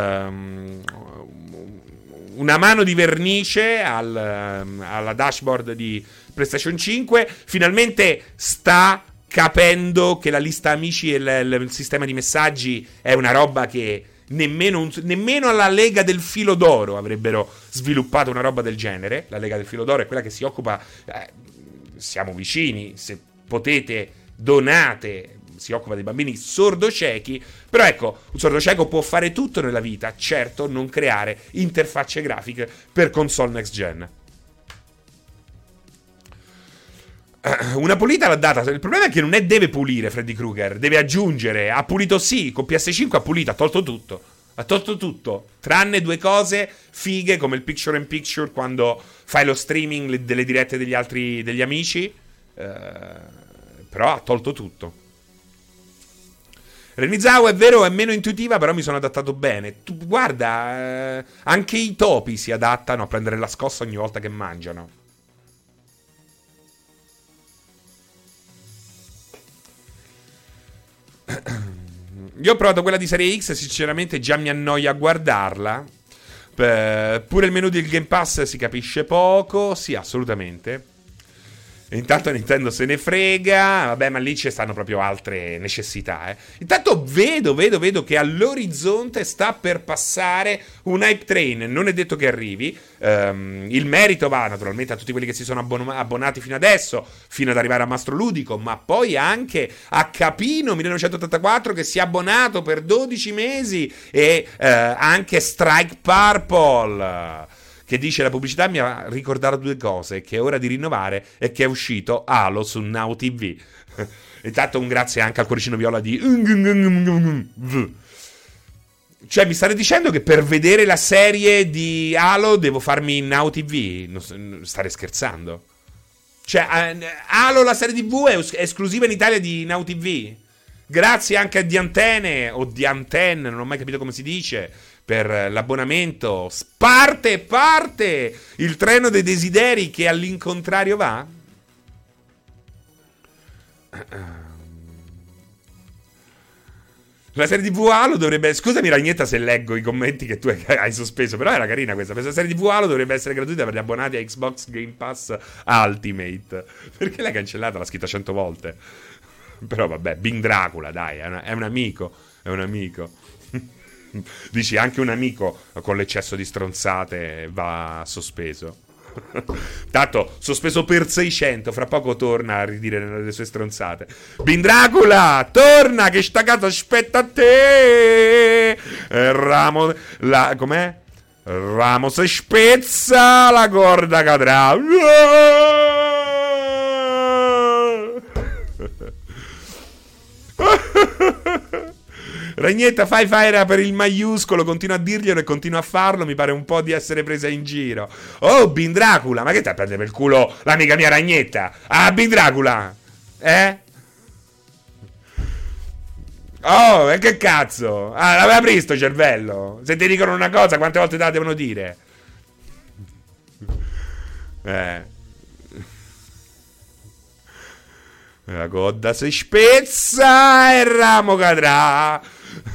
mano di vernice alla dashboard di PlayStation 5. Finalmente sta capendo che la lista amici e il sistema di messaggi è una roba che nemmeno alla Lega del Filo d'Oro avrebbero sviluppato una roba del genere. La Lega del Filo d'Oro è quella che si occupa... siamo vicini, se potete donate, si occupa dei bambini sordociechi. Però ecco, un sordocieco può fare tutto nella vita, certo non creare interfacce grafiche per console next gen. Una pulita l'ha data. Il problema è che non deve pulire Freddy Krueger, deve aggiungere. Ha pulito sì, con PS5 ha pulito, ha tolto tutto. Ha tolto tutto, tranne due cose fighe come il picture in picture quando fai lo streaming delle dirette degli amici. Però ha tolto tutto. Renizawa, è vero, è meno intuitiva, però mi sono adattato bene. Tu, guarda, anche i topi si adattano a prendere la scossa ogni volta che mangiano. Io ho provato quella di Serie X e sinceramente già mi annoia a guardarla. Pure il menu del Game Pass si capisce poco. Sì, assolutamente. Intanto Nintendo se ne frega. Vabbè, ma lì ci stanno proprio altre necessità. Intanto vedo che all'orizzonte sta per passare un hype train. Non è detto che arrivi. Il merito va naturalmente a tutti quelli che si sono abbonati fino adesso, fino ad arrivare a Mastro Ludico, ma poi anche a Capino 1984 che si è abbonato per 12 mesi, e anche Strike Purple, che dice: la pubblicità mi ha ricordato due cose, che è ora di rinnovare e che è uscito Halo su Now TV. Intanto un grazie anche al cuoricino viola di... Cioè mi state dicendo che per vedere la serie di Halo devo farmi Now TV? Stare scherzando? Cioè Halo, la serie TV, è esclusiva in Italia di Now TV? Grazie anche a Diantene, o Dianten, non ho mai capito come si dice, per l'abbonamento. Parte il treno dei desideri che all'incontrario va. La serie TV Halo dovrebbe... Scusami Ragnetta se leggo i commenti che tu hai sospeso, però era carina questa. Questa serie TV Halo dovrebbe essere gratuita per gli abbonati a Xbox Game Pass Ultimate. Perché l'hai cancellata? L'ha scritta 100 volte. Però vabbè, Bing Dracula, dai, è un amico. È un amico. Dici, anche un amico con l'eccesso di stronzate va sospeso. Tanto sospeso per 600. Fra poco torna a ridire le sue stronzate. Bing Dracula, torna che sta casa aspetta a te. Com'è? Ramo se spezza, la corda cadrà. Ragnetta, fai Fire per il maiuscolo, continua a dirglielo e continua a farlo, mi pare un po' di essere presa in giro. Oh, Bing Dracula, ma che te prende per il culo l'amica mia Ragnetta? Ah, Bing Dracula, Oh, e che cazzo? Ah, l'aveva preso cervello? Se ti dicono una cosa, quante volte te la devono dire? La coda si spezza e il ramo cadrà.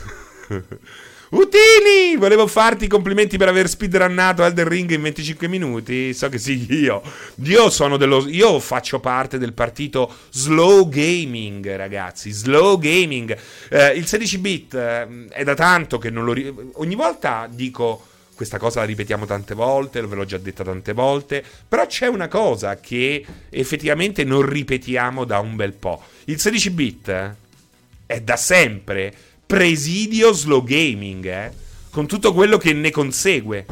Utini, volevo farti i complimenti per aver speedrunnato Elden Ring in 25 minuti. So che sì, io sono io faccio parte del partito Slow Gaming, ragazzi. Slow Gaming. Il 16 bit è da tanto che non lo ogni volta dico questa cosa, la ripetiamo tante volte, ve l'ho già detta tante volte, però c'è una cosa che effettivamente non ripetiamo da un bel po'. Il 16 bit è da sempre presidio Slow Gaming, con tutto quello che ne consegue.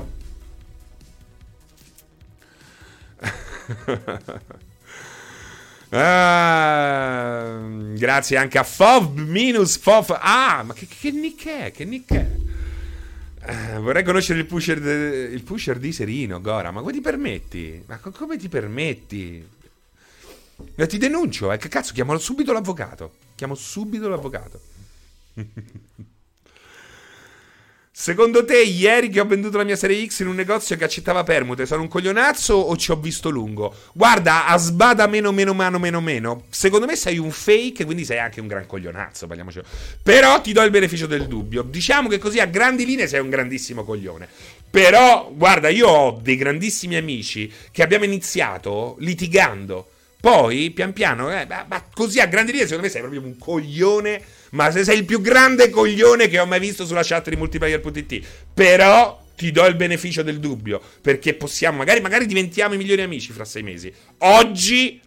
Grazie anche a Fov-Fov. Ah, ma che nick è? Che nick è? Vorrei conoscere il pusher di Serino, Gora. Ma come ti permetti? Ma come ti permetti? Ti denuncio, che cazzo, chiamo subito l'avvocato. Secondo te, ieri che ho venduto la mia serie X in un negozio che accettava permute, sono un coglionazzo o ci ho visto lungo? Guarda, a sbada meno. Secondo me sei un fake, quindi sei anche un gran coglionazzo, parliamoci. Però ti do il beneficio del dubbio. Diciamo che così a grandi linee sei un grandissimo coglione. Però, guarda, io ho dei grandissimi amici che abbiamo iniziato litigando. Poi, pian piano, ma così a grandi linee, secondo me sei proprio un coglione. Ma se sei il più grande coglione che ho mai visto sulla chat di multiplayer.it. Però ti do il beneficio del dubbio, perché possiamo, magari diventiamo i migliori amici fra 6 mesi. Oggi,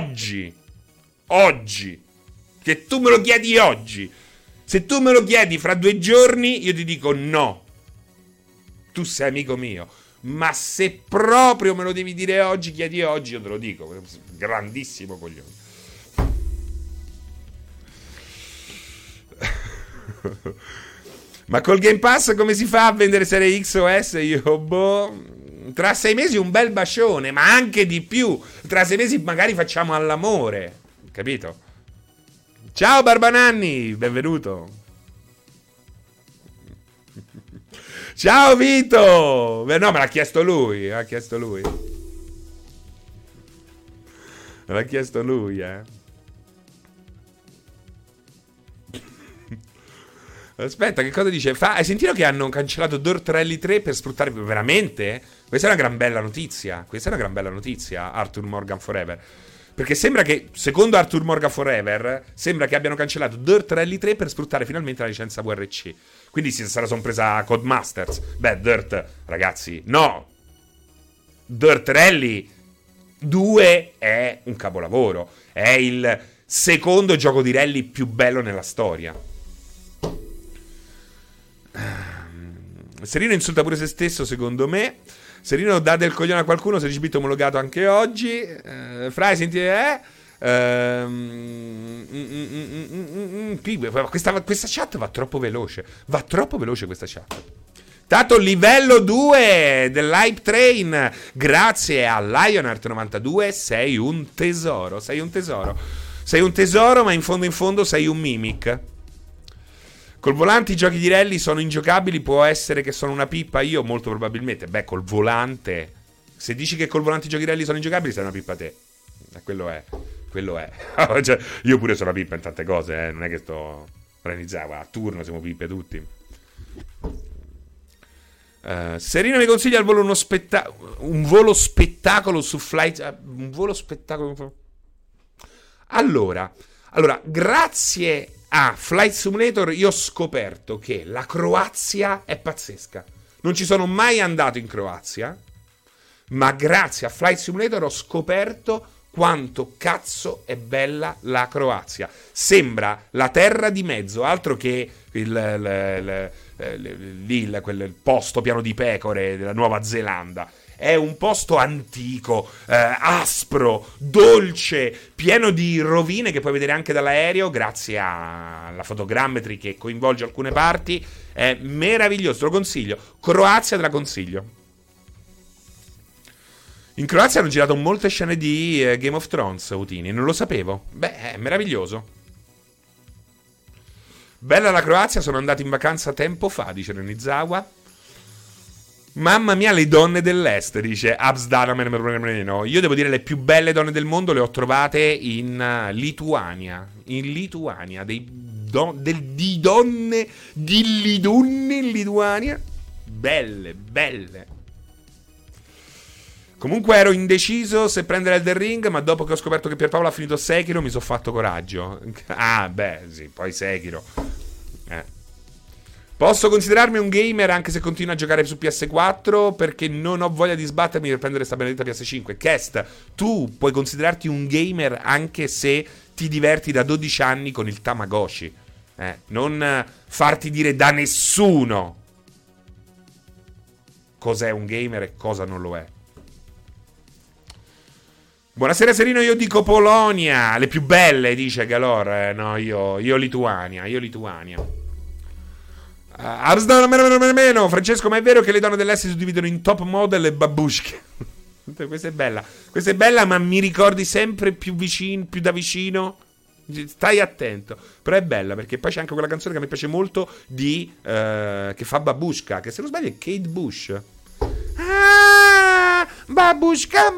che tu me lo chiedi oggi. Se tu me lo chiedi fra 2 giorni, io ti dico no. Tu sei amico mio. Ma se proprio me lo devi dire oggi, chiedi oggi, io te lo dico. Grandissimo coglione. Ma col Game Pass come si fa a vendere serie X o S? Tra 6 mesi un bel bacione, ma anche di più. Tra 6 mesi magari facciamo all'amore, capito? Ciao Barbananni, benvenuto. Ciao Vito. No, me l'ha chiesto lui. Aspetta, che cosa dice? Hai sentito che hanno cancellato Dirt Rally 3 per sfruttare... Veramente? Questa è una gran bella notizia. Arthur Morgan Forever. Perché sembra che, secondo Arthur Morgan Forever, sembra che abbiano cancellato Dirt Rally 3 per sfruttare finalmente la licenza VRC. Quindi se la sono presa Codemasters. Beh, Dirt, ragazzi, no! Dirt Rally 2 è un capolavoro. È il secondo gioco di rally più bello nella storia. Serino insulta pure se stesso, secondo me. Serino dà del coglione a qualcuno, 16 bit omologato anche oggi. Frai, senti, questa chat va troppo veloce. Va troppo veloce questa chat. Tanto livello 2 dell'Hype Train. Grazie a Lionheart92 sei un tesoro. Sei un tesoro. Sei un tesoro, ma in fondo sei un mimic. Col volante i giochi di rally sono ingiocabili. Può essere che sono una pippa. Io molto probabilmente. Beh, col volante. Se dici che col volante i giochi di rally sono ingiocabili, sei una pippa te. Quello è. Cioè, io pure sono una pippa in tante cose, non è che sto organizzando a turno, siamo pippe tutti. Serino mi consiglia al volo un volo spettacolo su Flight. Un volo spettacolo. Allora, grazie a Flight Simulator io ho scoperto che la Croazia è pazzesca. Non ci sono mai andato in Croazia, ma grazie a Flight Simulator ho scoperto quanto cazzo è bella la Croazia. Sembra la terra di mezzo, altro che quel posto pieno di pecore della Nuova Zelanda. È un posto antico, aspro, dolce, pieno di rovine che puoi vedere anche dall'aereo grazie alla fotogrammetry che coinvolge alcune parti. È meraviglioso, te lo consiglio. Croazia te la consiglio. In Croazia hanno girato molte scene di Game of Thrones, Utini, non lo sapevo. Beh, è meraviglioso. Bella la Croazia, sono andato in vacanza tempo fa, dice Renizawa. Mamma mia, le donne dell'est, dice Absdana. Io devo dire le più belle donne del mondo le ho trovate in Lituania. In Lituania, di donne di lidunne in Lituania. Belle. Comunque ero indeciso se prendere Elden Ring, ma dopo che ho scoperto che Pierpaolo ha finito Sekiro mi sono fatto coraggio. Ah, beh, sì, poi Sekiro. Posso considerarmi un gamer anche se continuo a giocare su PS4 perché non ho voglia di sbattermi per prendere sta benedetta PS5. Kest, tu puoi considerarti un gamer anche se ti diverti da 12 anni con il Tamagotchi. Non farti dire da nessuno cos'è un gamer e cosa non lo è. Buonasera Serino, io dico Polonia. Le più belle, dice Galor. No, io Lituania. Francesco, ma è vero che le donne dell'est si suddividono in top model e babushke? Questa è bella, ma mi ricordi sempre più da vicino. Stai attento. Però è bella, perché poi c'è anche quella canzone che mi piace molto che fa Babushka, che se non sbaglio è Kate Bush. Babushka,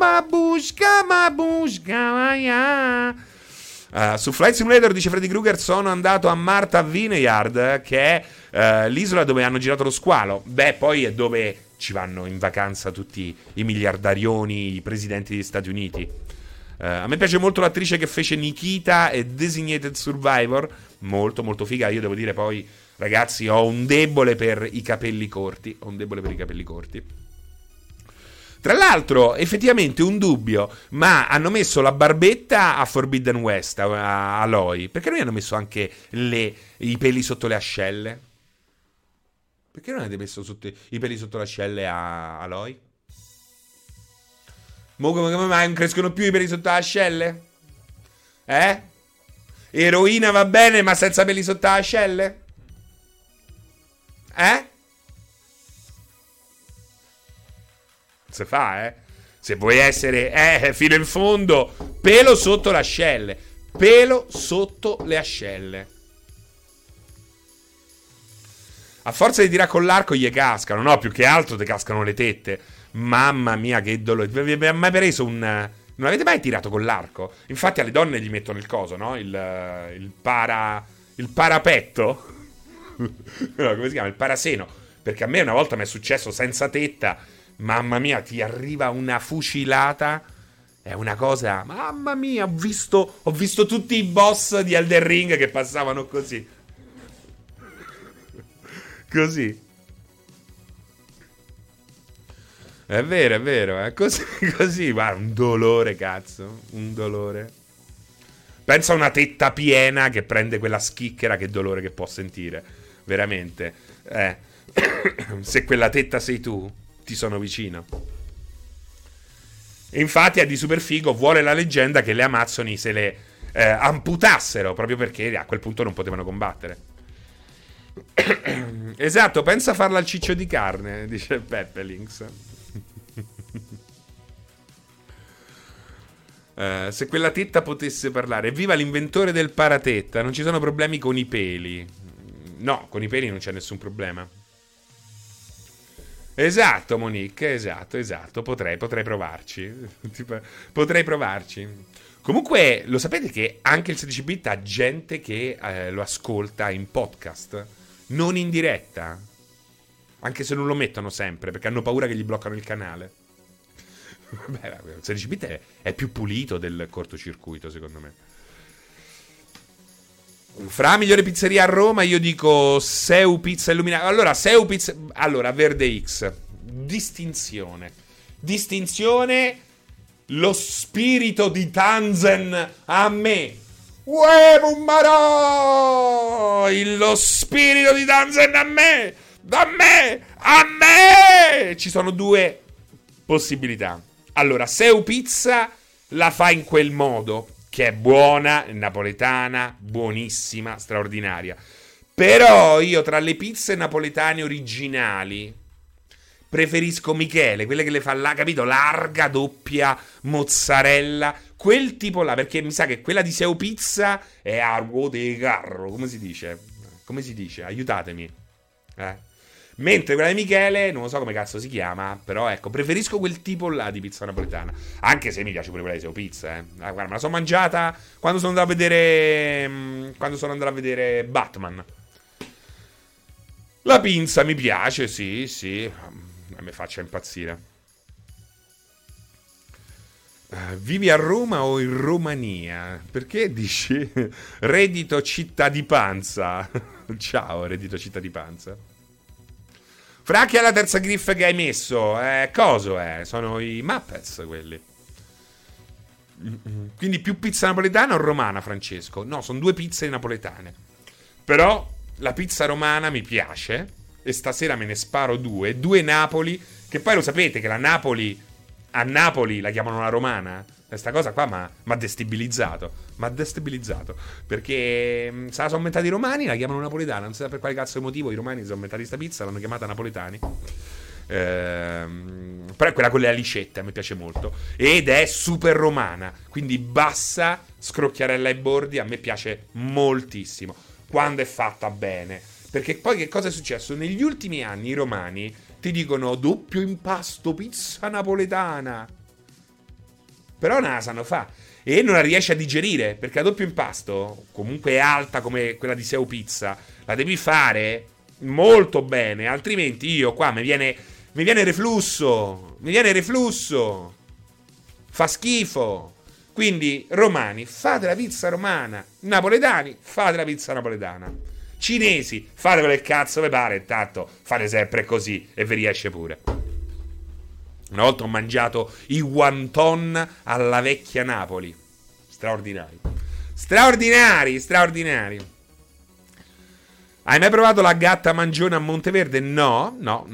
su Flight Simulator, dice Freddy Krueger, sono andato a Martha Vineyard, che è l'isola dove hanno girato lo squalo. Beh, poi è dove ci vanno in vacanza tutti i miliardarioni, i presidenti degli Stati Uniti. A me piace molto l'attrice che fece Nikita e Designated Survivor. Molto, molto figa. Io devo dire poi, ragazzi, ho un debole per i capelli corti. Tra l'altro, effettivamente un dubbio, ma hanno messo la barbetta a Forbidden West, a Aloy. Perché non hanno messo anche i peli sotto le ascelle? Perché non avete messo i peli sotto le ascelle a Aloy? Come mai non crescono più i peli sotto le ascelle? Eroina va bene, ma senza peli sotto le ascelle? Se fa, se vuoi essere fino in fondo, pelo sotto le ascelle. Pelo sotto le ascelle. A forza di tirare con l'arco gli cascano. No, più che altro ti cascano le tette. Mamma mia, che dolore. Vi avete mai preso non avete mai tirato con l'arco? Infatti alle donne gli mettono il coso, no? Il parapetto. No, come si chiama? Il paraseno. Perché a me una volta mi è successo senza tetta. Mamma mia, ti arriva una fucilata. È una cosa, mamma mia, ho visto tutti i boss di Elden Ring che passavano così. Così. È vero, è così, così, ma un dolore, cazzo, un dolore. Pensa a una tetta piena che prende quella schicchera, che dolore che può sentire, veramente. Se quella tetta sei tu, ti sono vicino. E infatti è di super figo, vuole la leggenda che le Amazzoni se le amputassero, proprio perché a quel punto non potevano combattere. Esatto, pensa a farla al ciccio di carne, dice Peppe Links. Se quella tetta potesse parlare, evviva l'inventore del paratetta, non ci sono problemi con i peli. No, con i peli non c'è nessun problema. Esatto, Monique, esatto. Potrei provarci. Potrei provarci. Comunque, lo sapete che anche il 16-bit ha gente che lo ascolta in podcast, non in diretta? Anche se non lo mettono sempre, perché hanno paura che gli bloccano il canale. Beh, il 16-bit è più pulito del cortocircuito, secondo me. Fra migliore pizzeria a Roma, io dico Seu Pizza Illuminata. Allora, Seu Pizza. Allora, Verde X. Distinzione. Lo spirito di Tanzen a me. Uè, Mummaro! Lo spirito di Tanzen a me! A me! Ci sono due possibilità. Allora, Seu Pizza la fa in quel modo, che è buona, napoletana, buonissima, straordinaria. Però io tra le pizze napoletane originali preferisco Michele, quelle che le fa là, capito? Larga, doppia, mozzarella, quel tipo là, perché mi sa che quella di Seu Pizza è a ruote di carro, come si dice? Aiutatemi. Mentre quella di Michele, non lo so come cazzo si chiama, però ecco, preferisco quel tipo là di pizza napoletana. Anche se mi piace pure quella di Seu Pizza, guarda, me la sono mangiata quando sono andato a vedere Batman. La pinza mi piace, sì. A me faccia impazzire. Vivi a Roma o in Romania? Perché dici reddito città di panza? Ciao, reddito città di panza. Fra, che è la terza griff che hai messo? Coso è? Sono i Muppets quelli. Quindi più pizza napoletana o romana, Francesco? No, sono due pizze napoletane. Però la pizza romana mi piace e stasera me ne sparo due Napoli, che poi lo sapete che la Napoli, a Napoli la chiamano la romana. Questa cosa qua m'ha destabilizzato. Perché se la sono aumentati i romani, la chiamano napoletana. Non so per quale cazzo di motivo i romani sono aumentati sta pizza, l'hanno chiamata napoletani. Però è quella con le alicette, a me piace molto. Ed è super romana, quindi bassa, scrocchiarella ai bordi, a me piace moltissimo. Quando è fatta bene. Perché poi che cosa è successo? Negli ultimi anni i romani ti dicono doppio impasto, pizza napoletana. Però non la sanno fa. E non la riesci a digerire, perché a doppio impasto, comunque è alta come quella di Seu Pizza, la devi fare molto bene, altrimenti io qua mi viene reflusso. Fa schifo. Quindi romani, fate la pizza romana. Napoletani, fate la pizza napoletana. Cinesi, fate quello che cazzo vi pare, intanto fate sempre così e vi riesce pure. Una volta ho mangiato i wonton alla vecchia Napoli. Straordinari. Hai mai provato la gatta mangione a Monteverde? No.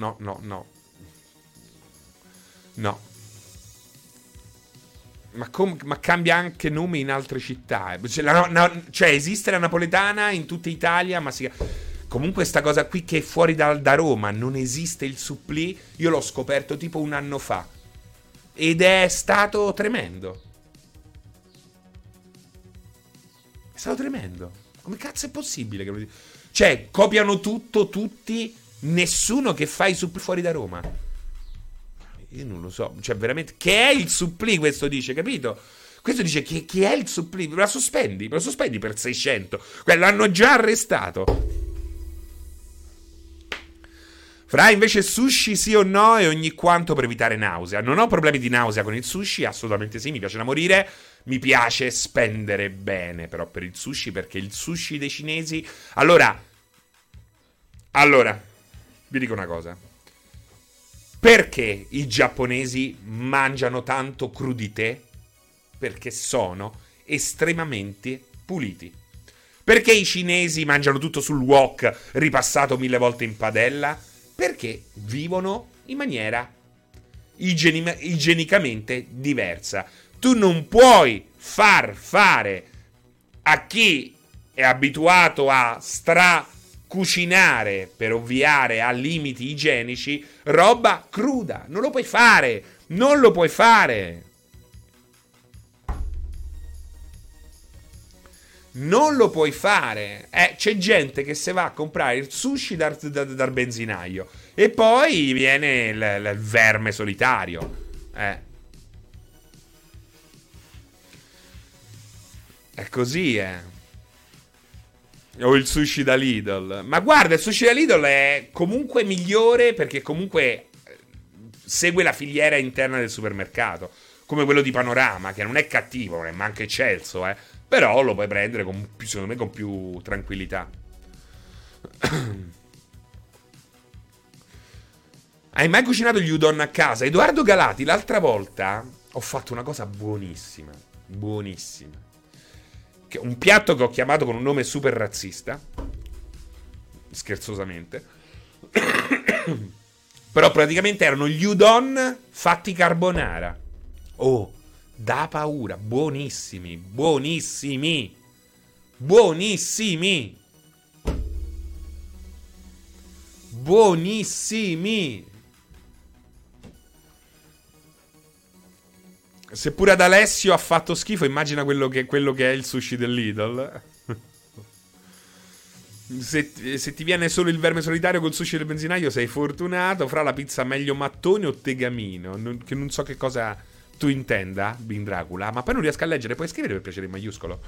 Ma cambia anche nome in altre città. Cioè esiste la napoletana in tutta Italia, ma comunque sta cosa qui che è fuori da Roma, non esiste il supplì. Io l'ho scoperto tipo un anno fa ed è stato tremendo. Come cazzo è possibile che lo dico? Cioè copiano tutto tutti, nessuno che fa i supplì fuori da Roma. Io non lo so, cioè veramente, che è il supplì, questo dice, capito? Questo dice che è il supplì, me lo sospendi per 600. Quello hanno già arrestato. Fra invece sushi sì o no e ogni quanto per evitare nausea. Non ho problemi di nausea con il sushi, assolutamente sì, mi piace da morire. Mi piace spendere bene però per il sushi, perché il sushi dei cinesi... Allora, vi dico una cosa. Perché i giapponesi mangiano tanto crudité? Perché sono estremamente puliti. Perché i cinesi mangiano tutto sul wok ripassato 1000 volte in padella? Perché vivono in maniera igienicamente diversa. Tu non puoi far fare a chi è abituato a cucinare per ovviare a limiti igienici roba cruda. Non lo puoi fare. Non lo puoi fare. Non lo puoi fare. C'è gente che se va a comprare il sushi dal benzinaio e poi viene il verme solitario. È così, O il sushi da Lidl. Ma guarda, il sushi da Lidl è comunque migliore perché comunque segue la filiera interna del supermercato. Come quello di Panorama, che non è cattivo, non è manco eccelso, però lo puoi prendere secondo me con più tranquillità. Hai mai cucinato gli udon a casa? Edoardo Galati, l'altra volta ho fatto una cosa buonissima. Buonissima. Un piatto che ho chiamato con un nome super razzista. Scherzosamente. Però praticamente erano gli udon fatti carbonara. Oh, da paura. Buonissimi. Buonissimi. Buonissimi. Buonissimi. Seppure ad Alessio ha fatto schifo, immagina quello che è il sushi del Lidl. Se ti viene solo il verme solitario col sushi del benzinaio sei fortunato. Fra la pizza meglio mattone o tegamino, che non so che cosa tu intenda, Bin Dracula. Ma poi non riesco a leggere, puoi scrivere per piacere in maiuscolo?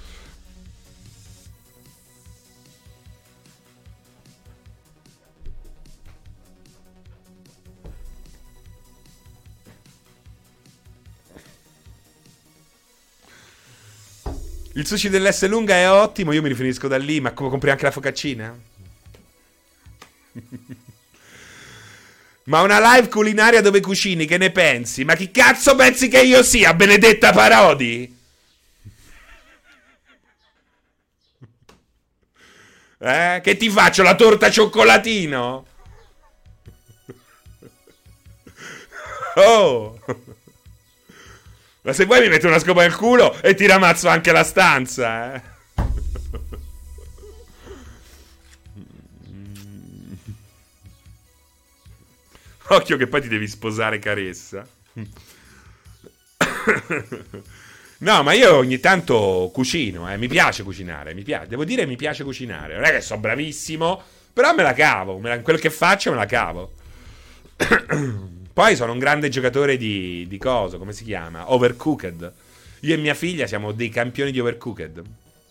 Il sushi dell'S lunga è ottimo, io mi riferisco da lì, ma come compri anche la focaccina? Ma una live culinaria dove cucini, che ne pensi? Ma chi cazzo pensi che io sia, Benedetta Parodi? Che ti faccio, la torta cioccolatino? Oh! Ma se vuoi mi metto una scopa nel culo e ti ramazzo anche la stanza, Occhio che poi ti devi sposare Caressa. No, ma io ogni tanto cucino, mi piace cucinare, devo dire mi piace cucinare. Non è che sono bravissimo, però me la cavo, quello che faccio me la cavo. Poi sono un grande giocatore di coso, come si chiama? Overcooked. Io e mia figlia siamo dei campioni di Overcooked.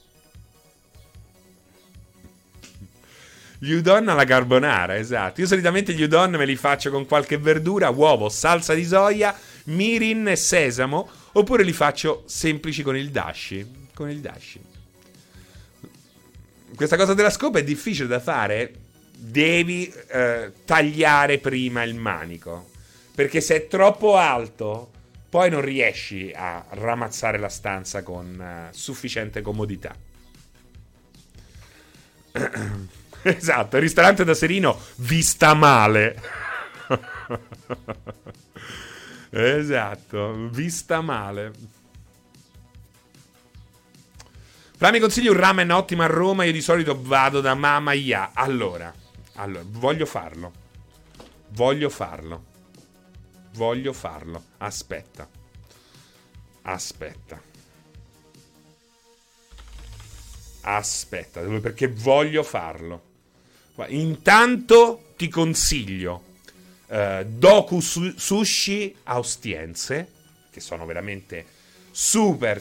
Gli udon alla carbonara, esatto. Io solitamente gli udon me li faccio con qualche verdura, uovo, salsa di soia, mirin e sesamo, oppure li faccio semplici con il dashi. Con il dashi. Questa cosa della scopa è difficile da fare. Devi tagliare prima il manico. Perché se è troppo alto, poi non riesci a ramazzare la stanza con sufficiente comodità. Esatto, il ristorante da Serino vi sta male. Esatto, vi sta male. Fra mi consigli un ramen ottimo a Roma? Io di solito vado da Mama Ya. Allora, voglio farlo. Aspetta. Perché voglio farlo. Intanto ti consiglio Doku Sushi Austiense, che sono veramente super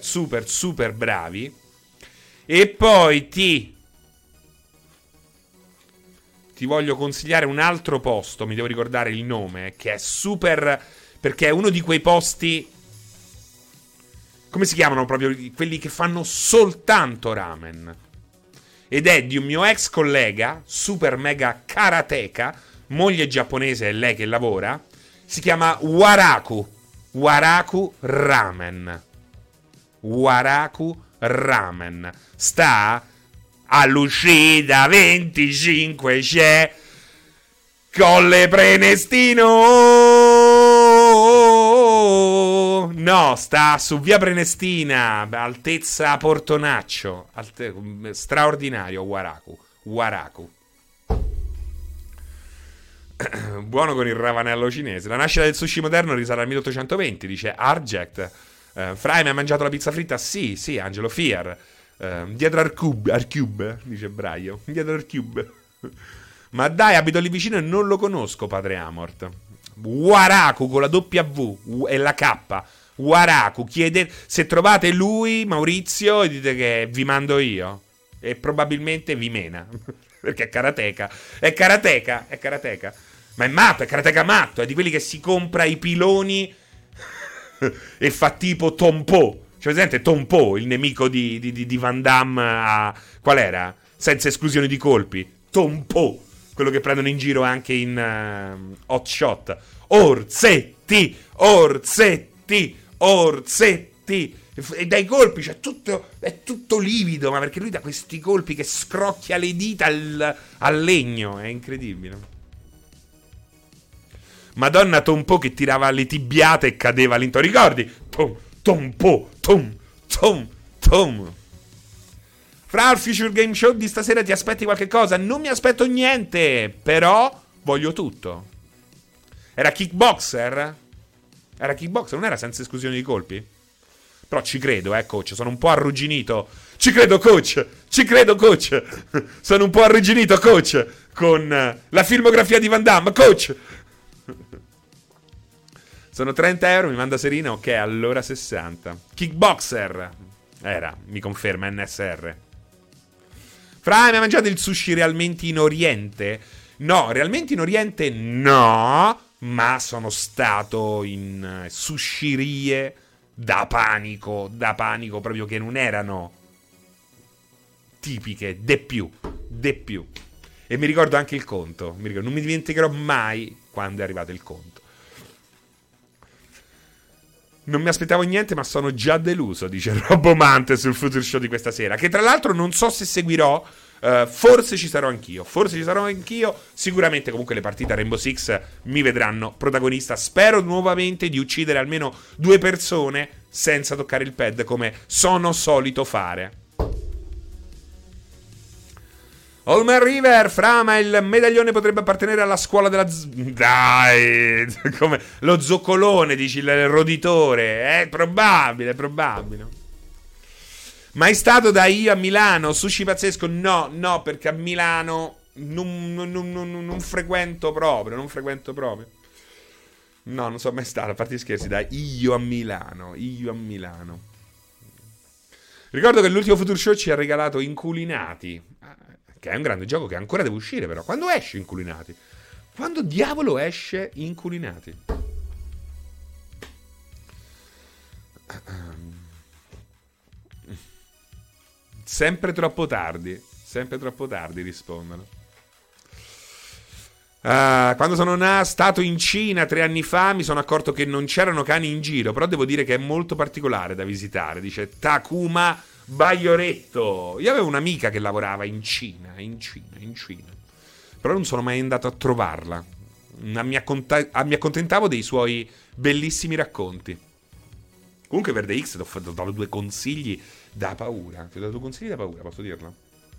bravi. E poi ti ti voglio consigliare un altro posto, mi devo ricordare il nome, che è super, perché è uno di quei posti, come si chiamano proprio, quelli che fanno soltanto ramen, ed è di un mio ex collega, super mega karateka, moglie giapponese, è lei che lavora, si chiama Waraku Ramen. Waraku Ramen. Sta all'uscita 25 c'è Colle Prenestino. No, sta su via Prenestina, altezza Portonaccio. Straordinario Waraku. Buono con il ravanello cinese. La nascita del sushi moderno risale al 1820, dice Arject. Fry, mi ha mangiato la pizza fritta? Sì, Angelo Fier. Dietro Arcube, dice Braio. Dietro Arcube. Ma dai, abito lì vicino e non lo conosco, padre Amort. Waraku con la W e la K. Waraku, chiede se trovate lui, Maurizio, e dite che vi mando io. E probabilmente vi mena. Perché è karateka. È karateka. Ma è matto, è karateka matto. È di quelli che si compra i piloni e fa tipo Tompo. Cioè, presente Tompo, il nemico di Van Damme qual era? Senza esclusione di colpi. Tompo. Quello che prendono in giro anche in Hot Shot. Orsetti. E dai colpi è tutto livido, ma perché lui dà questi colpi che scrocchia le dita al legno, è incredibile. Madonna Tompo che tirava le tibiate e cadeva all'intorno, ricordi? Tompo. Fra il Future Game Show di stasera ti aspetti qualche cosa? Non mi aspetto niente, però voglio tutto. Era kickboxer, non era senza esclusione di colpi? Però ci credo, coach, sono un po' arrugginito. Ci credo, coach. Sono un po' arrugginito, coach, con la filmografia di Van Damme, coach. Sono 30 euro, mi manda Serena, ok, allora 60. Kickboxer. Mi conferma, NSR. Fra, mi ha mangiato il sushi realmente in Oriente? No, realmente in Oriente no, ma sono stato in sushirie da panico, proprio che non erano tipiche, de più. E mi ricordo anche il conto, non mi dimenticherò mai quando è arrivato il conto. Non mi aspettavo niente, ma sono già deluso, dice Robomante sul Future Show di questa sera, che tra l'altro non so se seguirò. Forse ci sarò anch'io. Sicuramente comunque le partite a Rainbow Six mi vedranno protagonista. Spero nuovamente di uccidere almeno 2 persone senza toccare il pad, come sono solito fare. Olmer River, Fra, ma il medaglione potrebbe appartenere alla scuola della dai, come lo zoccolone, dici, il roditore. È probabile. Mai stato da io a Milano? Sushi pazzesco? No, perché a Milano non frequento proprio. No, non sono mai stato, a parte gli scherzi, da io a Milano. Ricordo che l'ultimo Future Show ci ha regalato Inculinati, che è un grande gioco che ancora deve uscire, però. Quando esce Inculinati? Quando diavolo esce Inculinati? Sempre troppo tardi rispondono. Quando sono stato in Cina 3 anni fa mi sono accorto che non c'erano cani in giro, però devo dire che è molto particolare da visitare, dice Takuma Baioretto. Io avevo un'amica che lavorava in Cina, però non sono mai andato a trovarla. Mi accontentavo dei suoi bellissimi racconti. Comunque Verde X ti ho dato 2 consigli da paura. Posso dirlo?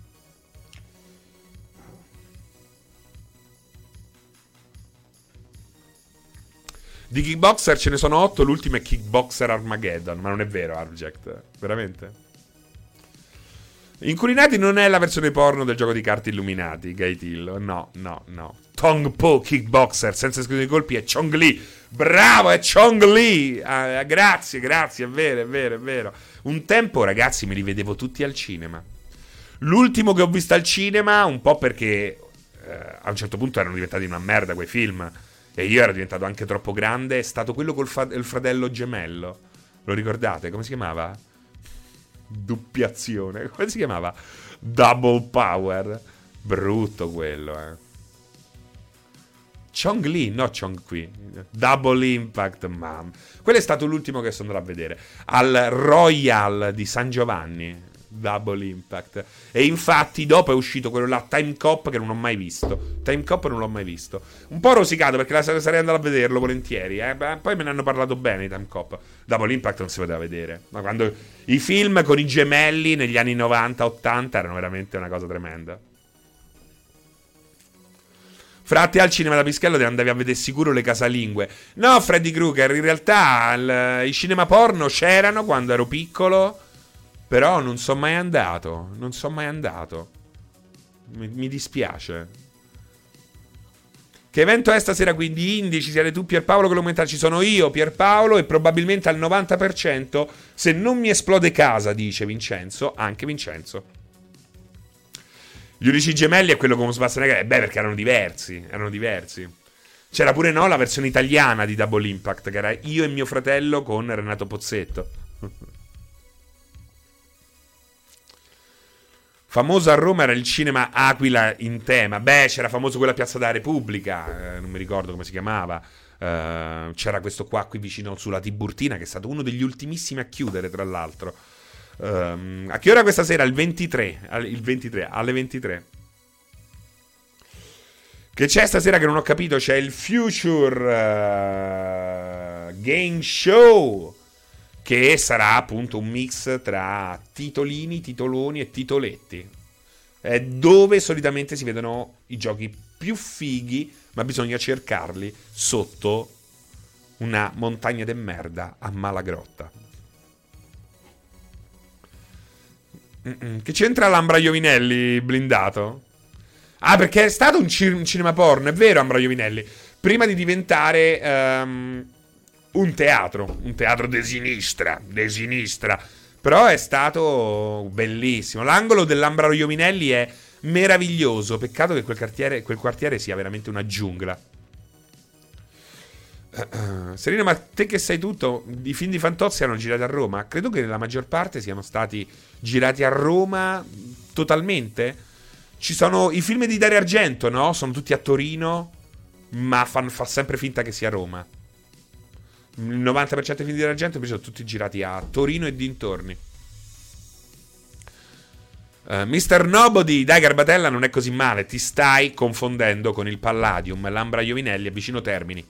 Di Kickboxer ce ne sono 8, l'ultimo è Kickboxer Armageddon. Ma non è vero, Arject, veramente? Inculinati non è la versione porno del gioco di carte Illuminati, Gaitillo. No. Tong Po Kickboxer, senza esclusione di colpi, è Chong Li. Bravo, è Chong Li. Grazie, è vero. Un tempo, ragazzi, me li vedevo tutti al cinema. L'ultimo che ho visto al cinema, un po' perché a un certo punto erano diventati una merda quei film. E io ero diventato anche troppo grande. È stato quello il fratello gemello. Lo ricordate? Come si chiamava? Doppiazione. Come si chiamava? Double Power. Brutto quello, Chong Li, no Chong Qui. Double Impact, mam. Quello è stato l'ultimo che sono andato a vedere. Al Royal di San Giovanni. Double Impact. E infatti dopo è uscito quello là, Time Cop, che non ho mai visto. Time Cop non l'ho mai visto. Un po' rosicato perché sarei andato a vederlo volentieri, Poi me ne hanno parlato bene i Time Cop. Double Impact non si poteva vedere. Ma quando i film con i gemelli negli anni 90-80 erano veramente una cosa tremenda. Frate, al cinema da Pischello te andavi a vedere sicuro le casalingue. No, Freddy Krueger, in realtà i cinema porno c'erano quando ero piccolo, però non sono mai andato. Non sono mai andato. Mi dispiace. Che evento è stasera quindi? Indie, ci siete tu Pierpaolo che lo commenta. Ci sono io, Pierpaolo e probabilmente al 90% se non mi esplode casa, dice Vincenzo. Anche Vincenzo. Gli unici gemelli è quello con Schwarzenegger. Perché erano diversi. C'era pure la versione italiana di Double Impact, che era io e mio fratello con Renato Pozzetto. Famoso a Roma era il cinema Aquila in tema. C'era famoso quella a Piazza della Repubblica. Non mi ricordo come si chiamava. C'era questo qua qui vicino sulla Tiburtina, che è stato uno degli ultimissimi a chiudere, tra l'altro. A che ora questa sera? Il 23 alle 23. Che c'è stasera che non ho capito? C'è il Future Game Show, che sarà appunto un mix tra titolini, titoloni e titoletti. È dove solitamente si vedono i giochi più fighi, ma bisogna cercarli sotto una montagna de merda a Malagrotta. Che c'entra l'Ambra Iovinelli blindato? Perché è stato un cinema porno, è vero, Ambra Iovinelli. Prima di diventare un teatro de sinistra. Però è stato bellissimo. L'angolo dell'Ambra Iovinelli è meraviglioso. Peccato che quel quartiere sia veramente una giungla. Serena, ma te che sai tutto, i film di Fantozzi erano girati a Roma? Credo che la maggior parte siano stati girati a Roma totalmente. Ci sono i film di Dario Argento, no? Sono tutti a Torino, ma fa sempre finta che sia Roma. Il 90% dei film di Dario Argento invece sono tutti girati a Torino e dintorni. Mr. Nobody, dai Garbatella, non è così male. Ti stai confondendo con il Palladium. L'Ambra Iovinelli è vicino Termini.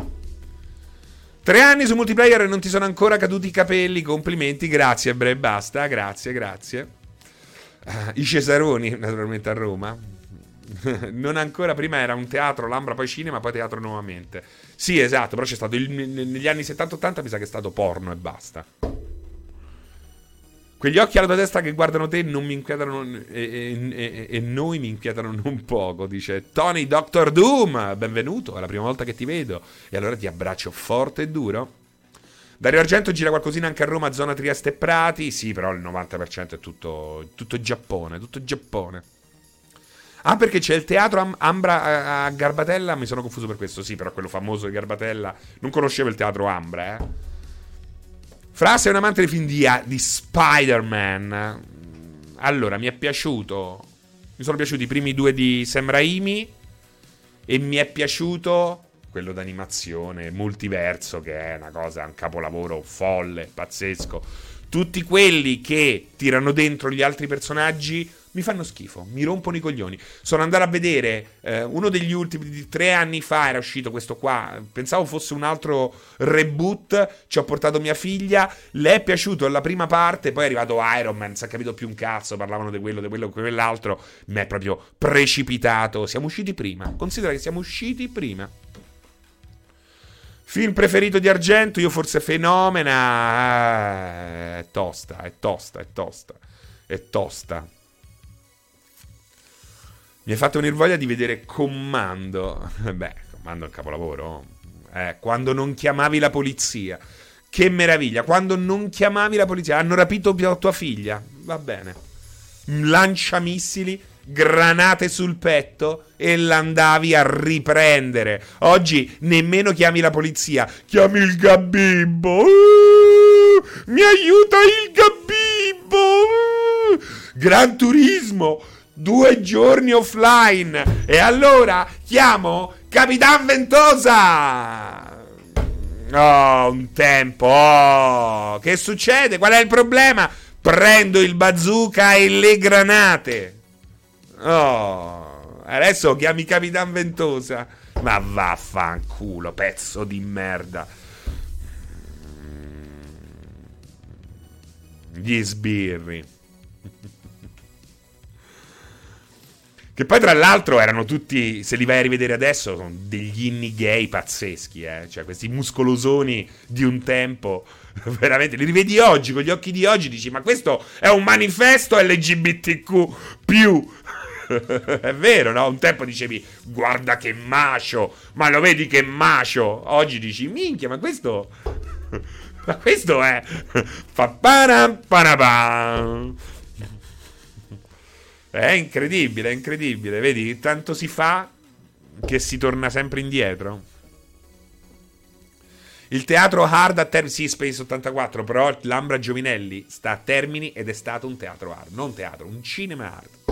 3 anni su Multiplayer e non ti sono ancora caduti i capelli. Complimenti, grazie Bre, basta. Grazie. I Cesaroni, naturalmente a Roma. Non ancora, prima era un teatro, l'Ambra, poi cinema, poi teatro nuovamente. Sì, esatto, però c'è stato negli anni 70-80 mi sa che è stato porno e basta. Quegli occhi alla tua testa che guardano te non mi inquietano e noi mi inquietano non poco, dice Tony Doctor Doom. Benvenuto, è la prima volta che ti vedo e allora ti abbraccio forte e duro. Dario Argento gira qualcosina anche a Roma, zona Trieste e Prati. Sì, però il 90% è tutto Giappone, perché c'è il teatro Ambra a Garbatella, mi sono confuso per questo. Sì, però quello famoso di Garbatella. Non conoscevo il teatro Ambra, Fra, sei un amante dei film di Spider-Man. Allora, mi sono piaciuti i primi 2 di Sam Raimi e mi è piaciuto quello d'animazione, Multiverso, che è una cosa, un capolavoro folle, pazzesco. Tutti quelli che tirano dentro gli altri personaggi mi fanno schifo, mi rompono i coglioni. Sono andato a vedere uno degli ultimi di 3 anni fa, era uscito questo qua, pensavo fosse un altro reboot, ci ho portato mia figlia, le è piaciuto la prima parte, poi è arrivato Iron Man, non si è capito più un cazzo, parlavano di quell'altro, mi è proprio precipitato. Siamo usciti prima, considera che siamo usciti prima. Film preferito di Argento? Io forse Fenomena. È tosta. Mi hai fatto venire voglia di vedere Commando. Commando è un capolavoro. Quando non chiamavi la polizia. Che meraviglia. Quando non chiamavi la polizia. Hanno rapito tua figlia. Va bene. Lanciamissili granate sul petto e l'andavi a riprendere. Oggi nemmeno chiami la polizia, chiami il Gabibbo. Mi aiuta il Gabibbo. Gran Turismo, 2 giorni offline. E allora chiamo Capitan Ventosa. Oh, un tempo. Oh, che succede? Qual è il problema? Prendo il bazooka e le granate. Oh, adesso chiami Capitan Ventosa. Ma vaffanculo, pezzo di merda. Gli sbirri. Che poi tra l'altro erano tutti, se li vai a rivedere adesso, sono degli inni gay pazzeschi, cioè questi muscolosoni di un tempo, veramente, li rivedi oggi, con gli occhi di oggi, dici, ma questo è un manifesto LGBTQ+. È vero, no? Un tempo dicevi, guarda che macio, ma lo vedi che macio. Oggi dici, minchia, ma questo... ma questo è... fa param panapam. È incredibile, vedi? Tanto si fa che si torna sempre indietro. Il teatro hard a termini, sì, Space 84, però Lambra Giovinelli sta a termini ed è stato un teatro hard, non teatro, un cinema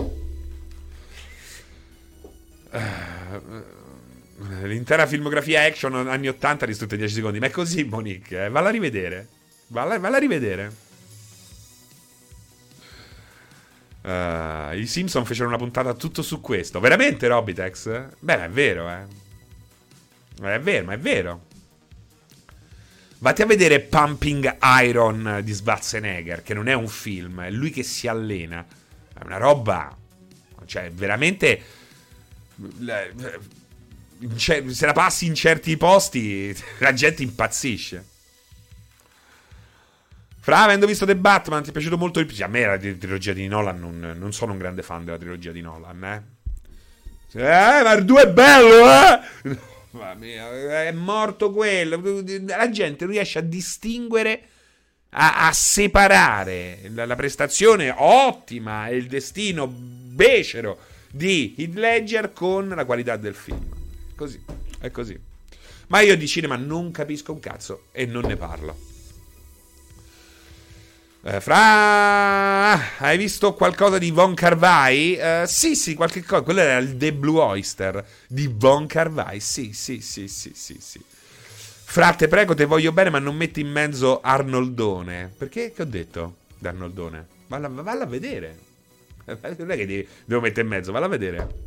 hard. L'intera filmografia action anni 80 distrutta in 10 secondi, ma è così, Monique, valla a rivedere. Valla a rivedere. I Simpson fecero una puntata tutto su questo. Veramente, Robitex? Beh, è vero, È vero, ma è vero. Vatti a vedere Pumping Iron di Schwarzenegger, che non è un film, è lui che si allena. È una roba... cioè, veramente... se la passi in certi posti, la gente impazzisce. Fra, avendo visto The Batman, ti è piaciuto molto il... A me la trilogia di Nolan non sono un grande fan della trilogia di Nolan, ma il 2 è bello, Mamma mia, è morto quello. La gente non riesce a distinguere, a separare la prestazione ottima e il destino becero di Heath Ledger con la qualità del film. Così, è così. Ma io di cinema non capisco un cazzo e non ne parlo. Fra, hai visto qualcosa di Von Kar-wai? Sì, qualche cosa. Quello era il The Blue Oyster di Von Kar-wai. Sì. Fra, te prego, te voglio bene, ma non metti in mezzo Arnoldone. Perché? Che ho detto d'Arnoldone? Valla a vedere. Non è che devo mettere in mezzo, valla a vedere.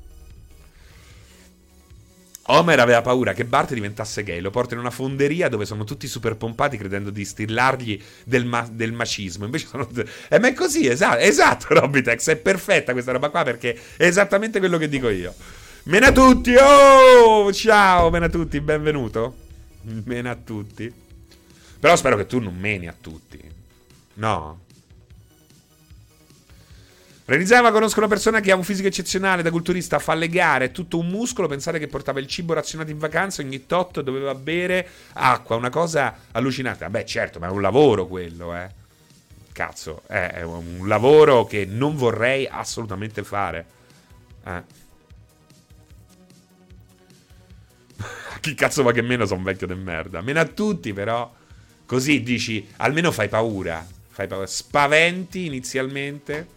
Homer aveva paura che Bart diventasse gay, lo porta in una fonderia dove sono tutti super pompati credendo di stillargli del macismo. Invece sono... ma è così, esatto, Robitex, è perfetta questa roba qua perché è esattamente quello che dico io. Mena a tutti, oh, ciao, mena a tutti, benvenuto. Mena a tutti. Però spero che tu non meni a tutti. No. Realizzava, conosco una persona che ha un fisico eccezionale, da culturista, fa le gare, è tutto un muscolo, pensate che portava il cibo razionato in vacanza, ogni tot doveva bere acqua, una cosa allucinante. Vabbè, certo, ma è un lavoro quello, Cazzo, è un lavoro che non vorrei assolutamente fare. Chi cazzo va che meno, sono vecchio de merda. Meno a tutti, però. Così dici, almeno fai paura. Spaventi inizialmente.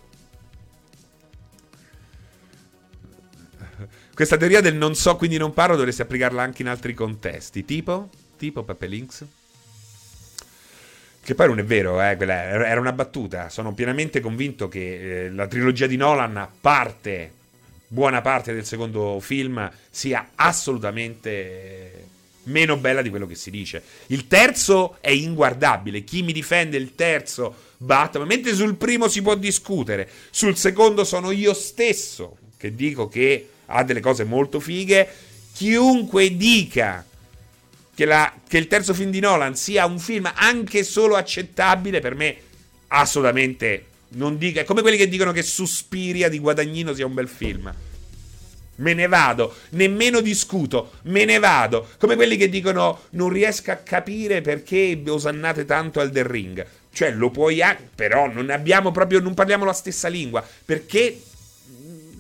Questa teoria del non so quindi non parlo dovresti applicarla anche in altri contesti. Tipo Peppe Links. Che poi non è vero, quella era una battuta. Sono pienamente convinto che la trilogia di Nolan, buona parte del secondo film, sia assolutamente meno bella di quello che si dice. Il terzo è inguardabile. Chi mi difende il terzo Batman? Mentre sul primo si può discutere. Sul secondo sono io stesso che dico che ha delle cose molto fighe. Chiunque dica che il terzo film di Nolan sia un film anche solo accettabile, per me assolutamente non dica. È come quelli che dicono che Suspiria di Guadagnino sia un bel film. Me ne vado, nemmeno discuto, me ne vado. Come quelli che dicono non riesco a capire perché osannate tanto Elden Ring. Cioè lo puoi, però non parliamo la stessa lingua, perché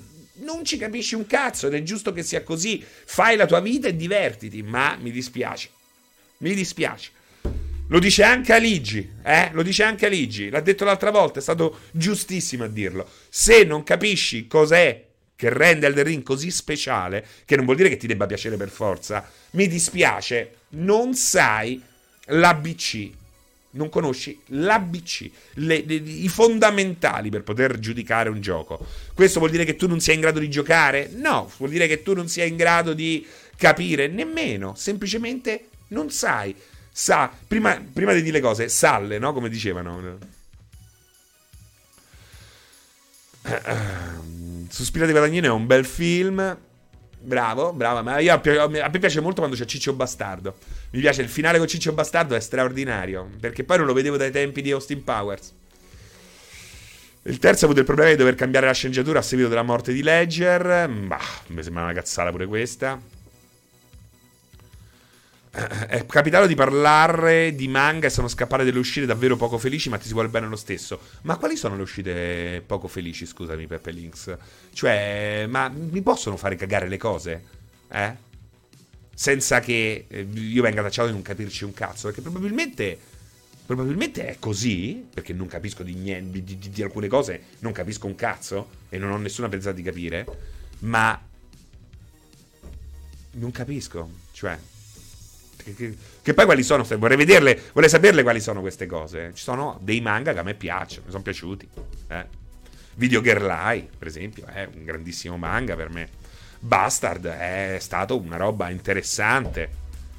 non ci capisci un cazzo ed è giusto che sia così. Fai la tua vita e divertiti, ma mi dispiace. Mi dispiace. Lo dice anche Aligi, Lo dice anche Aligi. L'ha detto l'altra volta, è stato giustissimo a dirlo. Se non capisci cos'è che rende Elden Ring così speciale, che non vuol dire che ti debba piacere per forza, mi dispiace, non sai l'ABC. Non conosci l'ABC, i fondamentali per poter giudicare un gioco. Questo vuol dire che tu non sia in grado di giocare? No, vuol dire che tu non sia in grado di capire nemmeno, semplicemente non sai. Prima di dire le cose, salle, no? Come dicevano. Suspira di Guadagnino è un bel film. Bravo, brava, ma a me piace molto quando c'è Ciccio Bastardo. Mi piace il finale con Ciccio Bastardo, è straordinario, perché poi non lo vedevo dai tempi di Austin Powers. Il terzo ha avuto il problema di dover cambiare la sceneggiatura a seguito della morte di Ledger. Mi sembra una cazzata pure questa. È capitato di parlare di manga e sono scappate delle uscite davvero poco felici, ma ti si vuole bene lo stesso. Ma quali sono le uscite poco felici, scusami Peppe Links? Cioè, ma mi possono fare cagare le cose? Senza che io venga tacciato di non capirci un cazzo, perché probabilmente è così, perché non capisco di niente, di alcune cose non capisco un cazzo e non ho nessuna pensata di capire, ma non capisco, cioè che poi quali sono? Vorrei vederle, vorrei saperle quali sono queste cose. Ci sono dei manga che a me piacciono, mi sono piaciuti. Video Girl Eye, per esempio, è un grandissimo manga per me. Bastard è stato una roba interessante.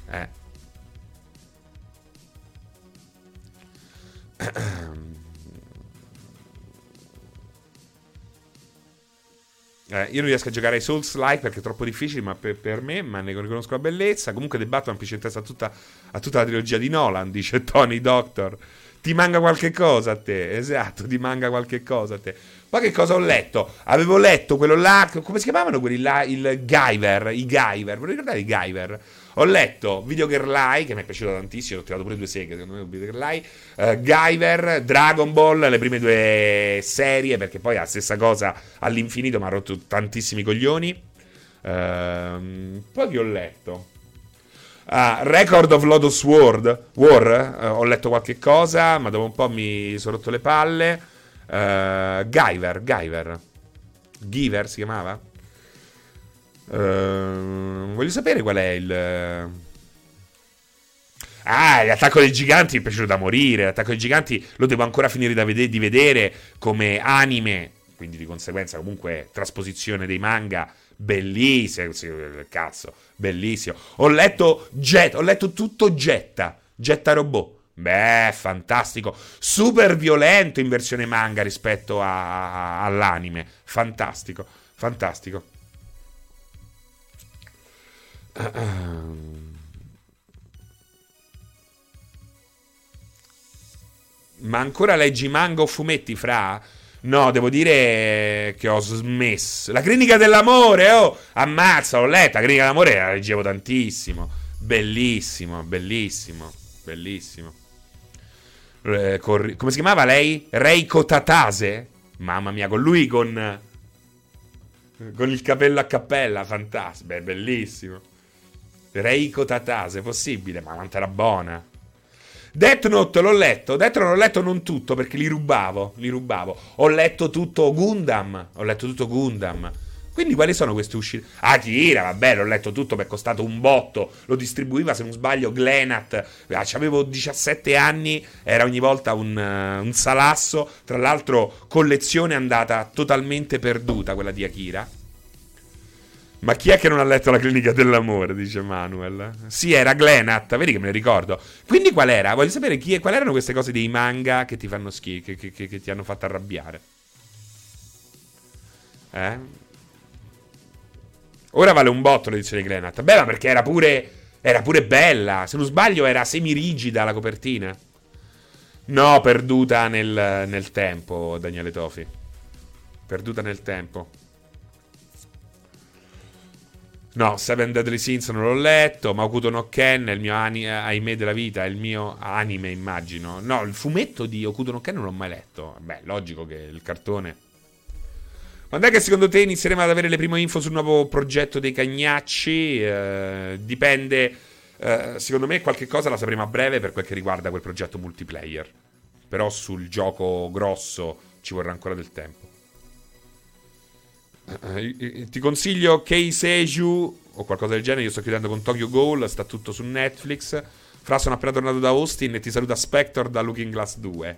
Io non riesco a giocare ai Souls-like perché è troppo difficile, ma per me, ma ne riconosco la bellezza. Comunque The Batman piace in testa a tutta la trilogia di Nolan, dice Tony Doctor. Ti manca qualche cosa a te, esatto, ti manca qualche cosa a te. Ma che cosa ho letto? Avevo letto quello là, come si chiamavano quelli là? I Guyver, ve lo ricordate i Guyver? Ho letto Video Girl Eye, che mi è piaciuto tantissimo, ho tirato pure 2 seghe, secondo me, Video Girl Eye, Guyver, Dragon Ball, le prime 2 serie, perché poi è la stessa cosa all'infinito, mi ha rotto tantissimi coglioni. Poi che ho letto? Record of Lodoss War, ho letto qualche cosa, ma dopo un po' mi sono rotto le palle. Giver si chiamava? Voglio sapere qual è il... l'attacco dei giganti mi è piaciuto da morire. L'attacco dei giganti lo devo ancora finire di vedere come anime, quindi di conseguenza comunque trasposizione dei manga. Bellissimo, cazzo, bellissimo. Ho letto tutto Getta Robot. Beh, fantastico. Super violento in versione manga rispetto all'anime. Fantastico. Ma ancora leggi manga o fumetti, fra? No, devo dire che ho smesso. La clinica dell'amore, ammazza, l'ho letta. La clinica dell'amore la leggevo tantissimo. Bellissimo. Come si chiamava lei? Reiko Tatase? Mamma mia, con lui con il capello a cappella, fantastico. Beh, bellissimo. Reiko Tatase, possibile, ma quanto era buona. Death Note l'ho letto non tutto perché li rubavo. Ho letto tutto Gundam. Quindi quali sono queste uscite? Akira, vabbè, l'ho letto tutto, mi è costato un botto. Lo distribuiva, se non sbaglio, Glenat. Avevo 17 anni, era ogni volta un salasso. Tra l'altro, collezione andata totalmente perduta, quella di Akira. Ma chi è che non ha letto La clinica dell'amore, dice Manuel. Sì, era Glenat, vedi che me ne ricordo. Quindi qual era? Voglio sapere quali erano queste cose dei manga che ti fanno schifo, che ti hanno fatto arrabbiare. Ora vale un botto l'edizione di Glenat. Beh, ma perché era pure bella. Se non sbaglio era semirigida la copertina. No, perduta nel tempo, Daniele Tofi. Perduta nel tempo. No, Seven Deadly Sins non l'ho letto. Ma Hokuto no Ken è il mio ahimè della vita. È il mio anime, immagino. No, il fumetto di Hokuto no Ken non l'ho mai letto. Beh, logico che il cartone. Quando è che secondo te inizieremo ad avere le prime info sul nuovo progetto dei Cagnacci? Dipende. Secondo me qualche cosa la sapremo a breve per quel che riguarda quel progetto multiplayer. Però sul gioco grosso ci vorrà ancora del tempo. Ti consiglio Keiseiju o qualcosa del genere. Io sto chiudendo con Tokyo Ghoul. Sta tutto su Netflix. Fra, sono appena tornato da Austin e ti saluta Spector da Looking Glass 2.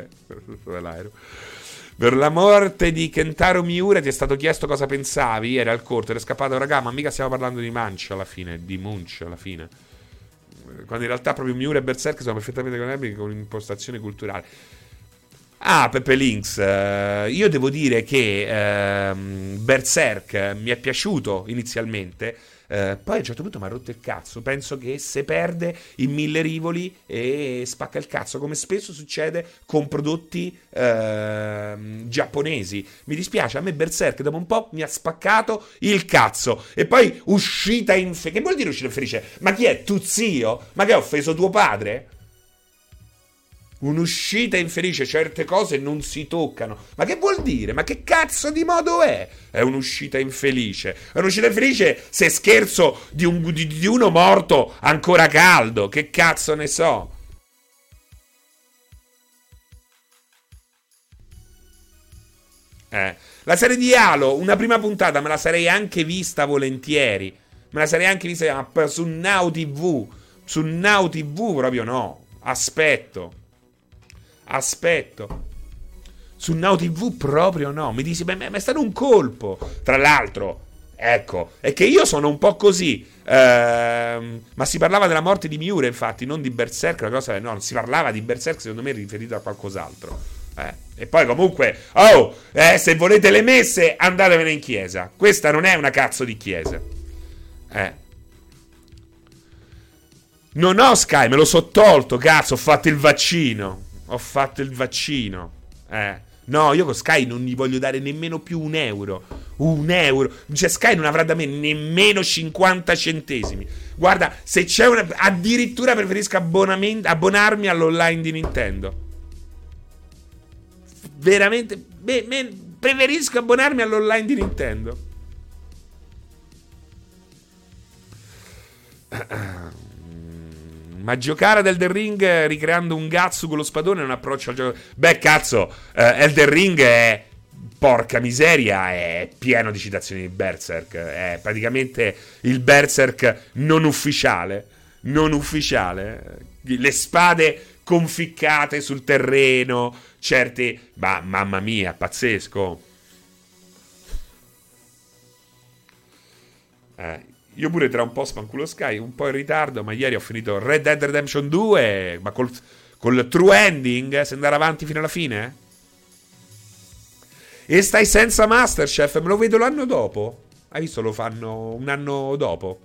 Per la morte di Kentaro Miura ti è stato chiesto cosa pensavi. Era al corto, era scappato. Raga, ma mica stiamo parlando di Munch alla fine. Di Munch alla fine. Quando in realtà proprio Miura e Berserk sono perfettamente contemporanei con un'impostazione culturale. Ah, Peppe Links, io devo dire che Berserk mi è piaciuto inizialmente, poi a un certo punto mi ha rotto il cazzo. Penso che se perde in mille rivoli e spacca il cazzo, come spesso succede con prodotti giapponesi. Mi dispiace, a me Berserk dopo un po' mi ha spaccato il cazzo. E poi uscita che vuol dire uscita infelice? Ma chi è? Tu zio? Ma che ha offeso tuo padre? Un'uscita infelice, certe cose non si toccano. Ma che vuol dire? Ma che cazzo di modo è? È un'uscita infelice. È un'uscita infelice se scherzo di uno morto ancora caldo. Che cazzo ne so? La serie di Halo, una prima puntata me la sarei anche vista volentieri. Me la sarei anche vista, ma su Now TV. Su Now TV proprio no. Aspetto. Su Now TV proprio no. Mi dici, ma è stato un colpo. Tra l'altro, ecco, è che io sono un po' così. Ma si parlava della morte di Miura, infatti, non di Berserk. La cosa, no, non si parlava di Berserk, secondo me riferito a qualcos'altro. E poi comunque, se volete le messe, andatevene in chiesa. Questa non è una cazzo di chiesa. Non ho Sky, me lo so tolto, cazzo, ho fatto il vaccino. No, io con Sky non gli voglio dare nemmeno più un euro. Cioè Sky non avrà da me nemmeno 50 centesimi. Guarda, se c'è addirittura preferisco abbonarmi all'online di Nintendo. Veramente preferisco abbonarmi all'online di Nintendo. Ma giocare ad Elden Ring ricreando un Gatsu con lo spadone è un approccio al gioco. Beh, cazzo, Elden Ring è, porca miseria, è pieno di citazioni di Berserk. È praticamente il Berserk non ufficiale. Le spade conficcate sul terreno, certi. Ma mamma mia, pazzesco. Io pure tra un po' spanculo Sky, un po' in ritardo, ma ieri ho finito Red Dead Redemption 2, ma col true ending, se andare avanti fino alla fine? E stai senza Masterchef, me lo vedo l'anno dopo. Hai visto, lo fanno un anno dopo.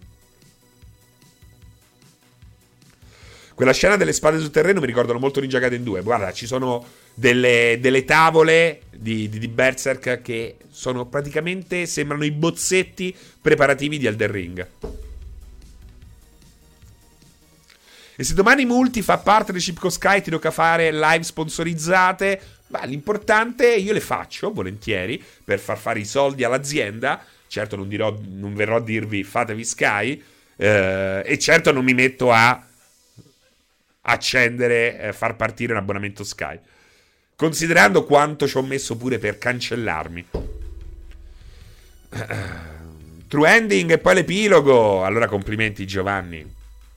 Quella scena delle spade sul terreno mi ricordano molto Ninja Gaiden 2. Guarda, ci sono delle tavole di Berserk che sono praticamente, sembrano i bozzetti preparativi di Elden Ring. E se domani Multi fa partnership con Sky, ti tocca fare live sponsorizzate, beh, l'importante io le faccio volentieri per far fare i soldi all'azienda. Certo non verrò a dirvi fatevi Sky, e certo non mi metto a accendere, far partire un abbonamento Sky, considerando quanto ci ho messo pure per cancellarmi. True ending e poi l'epilogo. Allora complimenti Giovanni.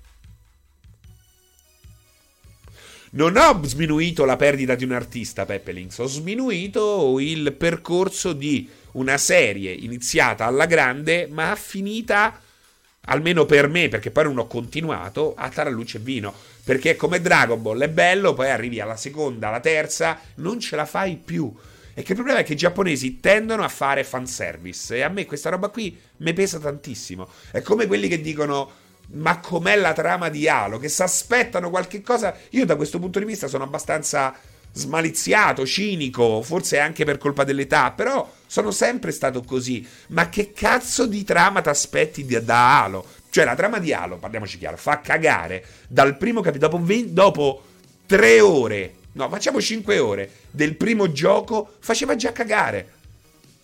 Non ho sminuito la perdita di un artista, Peppe Links, ho sminuito il percorso di una serie iniziata alla grande ma finita, almeno per me, perché poi non ho continuato, a Taralluce e Vino. Perché come Dragon Ball è bello, poi arrivi alla seconda, alla terza, non ce la fai più. E che il problema è che i giapponesi tendono a fare fanservice, e a me questa roba qui mi pesa tantissimo. È come quelli che dicono: ma com'è la trama di Halo? Che si aspettano qualche cosa. Io da questo punto di vista sono abbastanza smaliziato, cinico, forse anche per colpa dell'età, però sono sempre stato così. Ma che cazzo di trama ti aspetti da Halo? Cioè la trama di Halo, parliamoci chiaro, fa cagare dal primo capitolo. Dopo 3 ore, no, facciamo 5 ore del primo gioco, faceva già cagare.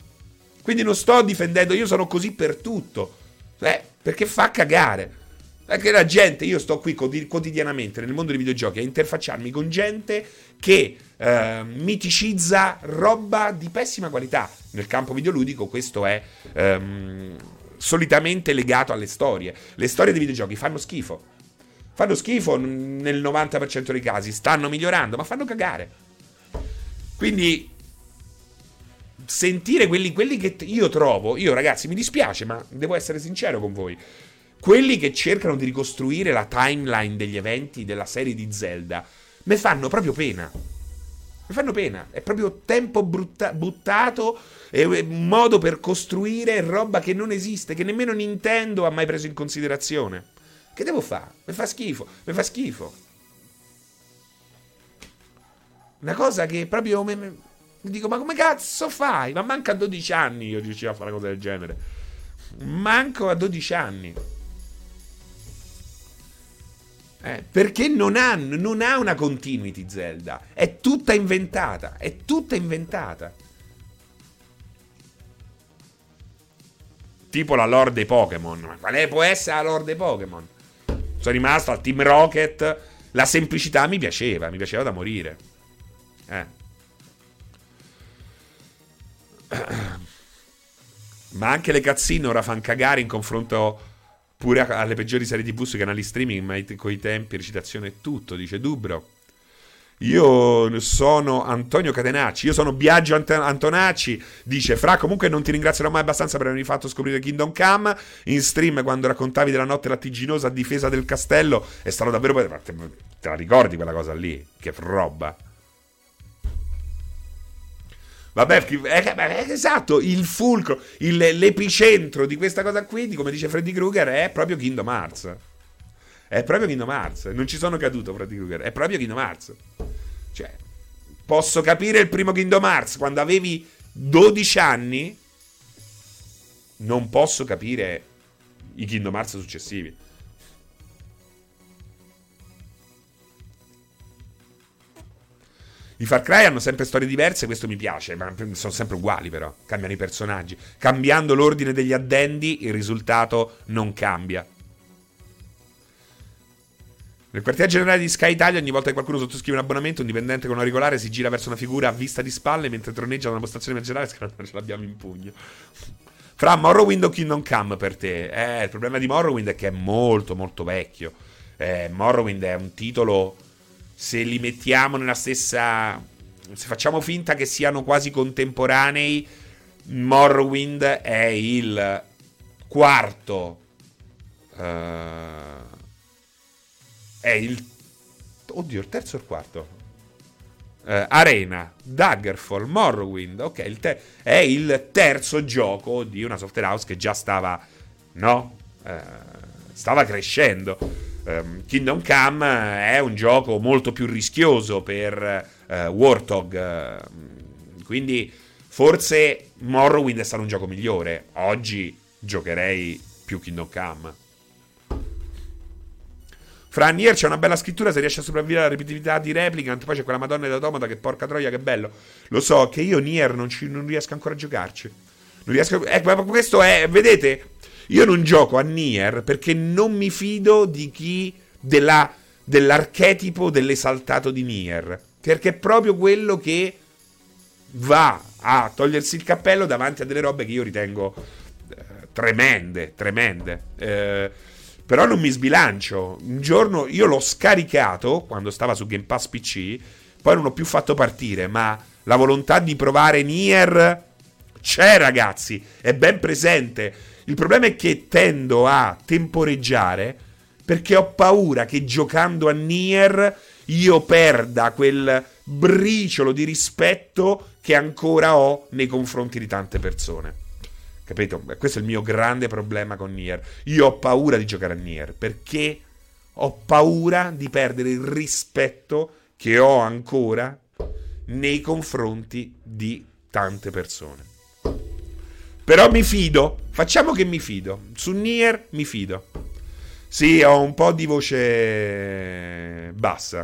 Quindi non sto difendendo, io sono così per tutto. Perché fa cagare. Perché la gente, io sto qui quotidianamente nel mondo dei videogiochi a interfacciarmi con gente che miticizza roba di pessima qualità. Nel campo videoludico questo è solitamente legato alle storie. Le storie dei videogiochi fanno schifo. Fanno schifo nel 90% dei casi. Stanno migliorando, ma fanno cagare. Quindi sentire quelli che io trovo, io ragazzi mi dispiace, ma devo essere sincero con voi, quelli che cercano di ricostruire la timeline degli eventi della serie di Zelda mi fanno proprio pena. Mi fanno pena. È proprio tempo buttato, è un modo per costruire roba che non esiste, che nemmeno Nintendo ha mai preso in considerazione. Che devo fare? Mi fa schifo, mi fa schifo. Una cosa che proprio mi dico, ma come cazzo fai? Ma manca a 12 anni io riuscivo a fare una cosa del genere. Manco a 12 anni. Perché non ha una continuity Zelda. È tutta inventata. È tutta inventata. Tipo la lore dei Pokémon. Ma quale può essere la lore dei Pokémon? Sono rimasto al Team Rocket. La semplicità mi piaceva da morire. Ma anche le cutscene ora fanno cagare in confronto pure alle peggiori serie TV sui canali streaming, ma con i tempi, recitazione e tutto, dice Dubro. Io sono Antonio Catenacci, io sono Biagio Antonacci, dice Fra, comunque non ti ringrazierò mai abbastanza per avermi fatto scoprire Kingdom Come in stream quando raccontavi della notte lattiginosa a difesa del castello, è stato davvero... Te la ricordi quella cosa lì? Che roba. Vabbè, esatto, il fulcro, l'epicentro di questa cosa qui, come dice Freddy Krueger, è proprio Kingdom Hearts. È proprio Kingdom Hearts. Non ci sono caduto, Freddy Krueger. È proprio Kingdom Hearts. Cioè, posso capire il primo Kingdom Hearts quando avevi 12 anni. Non posso capire i Kingdom Hearts successivi. I Far Cry hanno sempre storie diverse, questo mi piace, ma sono sempre uguali però, cambiano i personaggi. Cambiando l'ordine degli addendi, il risultato non cambia. Nel quartier generale di Sky Italia, ogni volta che qualcuno sottoscrive un abbonamento, un dipendente con auricolare si gira verso una figura a vista di spalle mentre troneggia da una postazione generale, che non ce l'abbiamo in pugno. Fra Morrowind o Kingdom Come per te? Il problema di Morrowind è che è molto molto vecchio. Morrowind è un titolo... Se li mettiamo nella stessa... Se facciamo finta che siano quasi contemporanei, Morrowind è il quarto... è il... Oddio, il terzo o il quarto? Arena, Daggerfall, Morrowind. Ok, è il terzo gioco di una software house che già stava... No? Stava crescendo. Kingdom Come è un gioco molto più rischioso per Warthog, quindi forse Morrowind è stato un gioco migliore. Oggi giocherei più Kingdom Come. Fra Nier c'è una bella scrittura, se riesce a sopravvivere alla ripetitività di Replicant, poi c'è quella Madonna ed Automata che porca troia che bello. Lo so che io Nier non riesco ancora a giocarci. Non riesco, ma questo è, vedete? Io non gioco a Nier perché non mi fido di chi dell'archetipo dell'esaltato di Nier, perché è proprio quello che va a togliersi il cappello davanti a delle robe che io ritengo tremende. Però non mi sbilancio. Un giorno io l'ho scaricato quando stava su Game Pass PC, poi non l'ho più fatto partire, ma la volontà di provare Nier c'è, ragazzi, è ben presente. Il problema è che tendo a temporeggiare perché ho paura che giocando a Nier io perda quel briciolo di rispetto che ancora ho nei confronti di tante persone. Capito? Questo è il mio grande problema con Nier. Io ho paura di giocare a Nier perché ho paura di perdere il rispetto che ho ancora nei confronti di tante persone. Però mi fido. Facciamo che mi fido. Su Nier mi fido. Sì, ho un po' di voce bassa.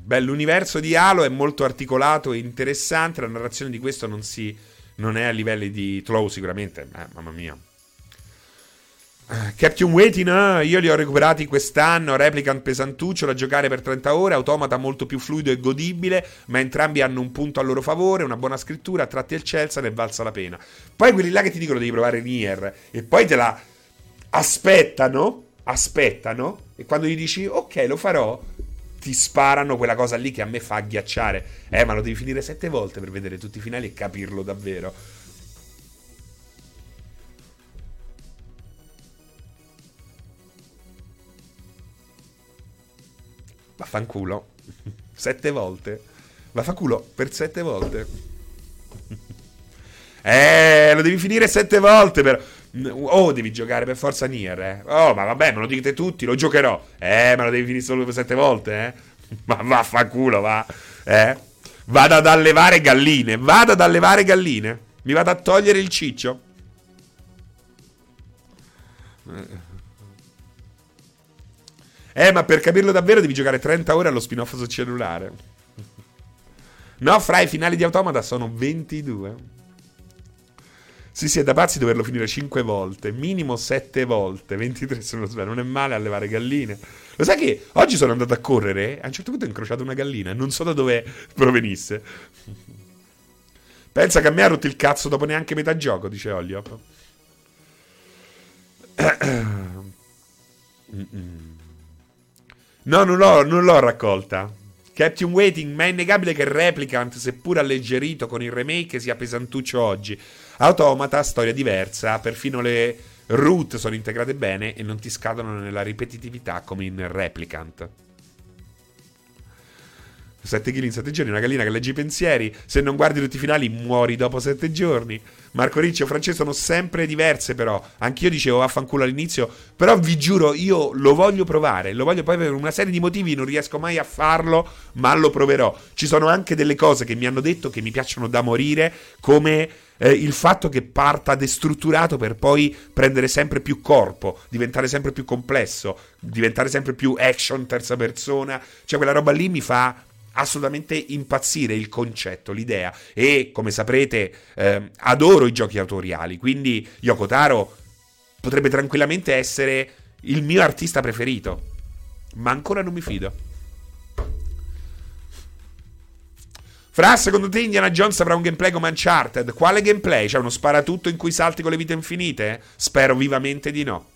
Beh, l'universo di Halo è molto articolato e interessante. La narrazione di questo non è a livelli di Tlow sicuramente. Mamma mia. Captain Waiting, io li ho recuperati quest'anno. Replicant pesantuccio da giocare per 30 ore. Automata molto più fluido e godibile, ma entrambi hanno un punto a loro favore. Una buona scrittura, a tratti eccelsa, ne è valsa la pena. Poi quelli là che ti dicono devi provare Nier e poi te la aspettano. E quando gli dici ok, lo farò, ti sparano quella cosa lì che a me fa agghiacciare. Ma lo devi finire 7 volte per vedere tutti i finali e capirlo davvero. Vaffanculo. 7 volte. Vaffanculo per 7 volte. Lo devi finire 7 volte per... Oh, devi giocare per forza Nier, Oh, ma vabbè, me lo dite tutti, lo giocherò. Ma lo devi finire solo per 7 volte, Ma vaffanculo, va. Vado ad allevare galline. Mi vado a togliere il ciccio. Ma per capirlo davvero devi giocare 30 ore allo spin-off sul cellulare. No, fra i finali di Automata sono 22. Sì, è da pazzi doverlo finire 5 volte. Minimo 7 volte. 23 se non lo sbaglio. Non è male allevare galline. Lo sai che oggi sono andato a correre e a un certo punto ho incrociato una gallina. Non so da dove provenisse. Pensa che a me ha rotto il cazzo dopo neanche metà gioco, dice Oliop. No, non l'ho raccolta. Captain Waiting, ma è innegabile che Replicant, seppur alleggerito con il remake, sia pesantuccio oggi. Automata, storia diversa, perfino le root sono integrate bene e non ti scadono nella ripetitività come in Replicant. 7 kg in 7 giorni, una gallina che legge i pensieri. Se non guardi tutti i finali muori dopo 7 giorni. Marco Ricci o Francesco sono sempre diverse però. Anch'io dicevo vaffanculo all'inizio, però vi giuro io lo voglio provare. Lo voglio poi per una serie di motivi, non riesco mai a farlo, ma lo proverò. Ci sono anche delle cose che mi hanno detto che mi piacciono da morire, come il fatto che parta destrutturato per poi prendere sempre più corpo, diventare sempre più complesso, diventare sempre più action terza persona. Cioè quella roba lì mi fa assolutamente impazzire, il concetto, l'idea. E come saprete adoro i giochi autoriali, quindi Yoko Taro potrebbe tranquillamente essere il mio artista preferito, ma ancora non mi fido. Fra, secondo te Indiana Jones avrà un gameplay come Uncharted? Quale gameplay? C'è uno sparatutto in cui salti con le vite infinite? Spero vivamente di no.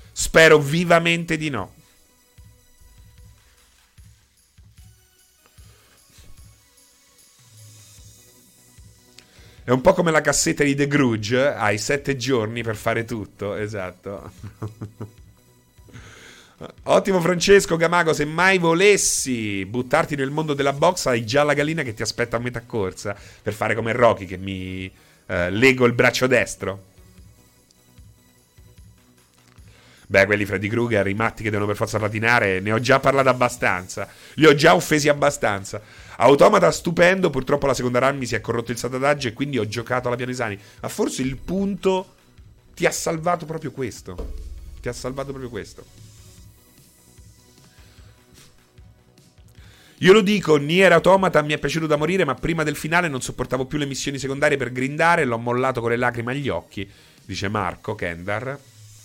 È un po' come la cassetta di The Grudge, hai 7 giorni per fare tutto, esatto. Ottimo Francesco Gamago, se mai volessi buttarti nel mondo della box hai già la gallina che ti aspetta a metà corsa per fare come Rocky che mi lego il braccio destro. Beh, quelli Freddy Krueger, i matti che devono per forza platinare, ne ho già parlato abbastanza, li ho già offesi abbastanza. Automata stupendo, purtroppo la seconda run mi si è corrotto il salvataggio e quindi ho giocato alla Pianesani. Ma forse il punto ti ha salvato proprio questo. Io lo dico, Nier Automata mi è piaciuto da morire, ma prima del finale non sopportavo più le missioni secondarie per grindare e l'ho mollato con le lacrime agli occhi, dice Marco Kendar.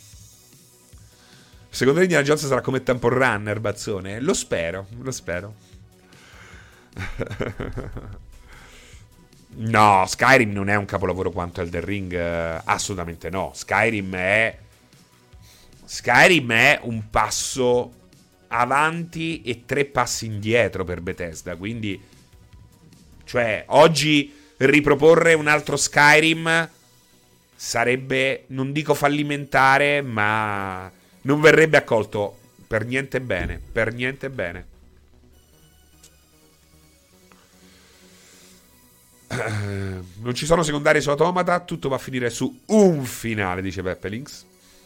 Secondo me Indiana Jones sarà come Temple Runner, Bazzone? Lo spero. No, Skyrim non è un capolavoro quanto Elden Ring, assolutamente no. Skyrim è un passo avanti e 3 passi indietro per Bethesda, quindi cioè oggi riproporre un altro Skyrim sarebbe, non dico fallimentare, ma non verrebbe accolto per niente bene. Non ci sono secondarie su Automata, tutto va a finire su un finale, dice Peppe Links.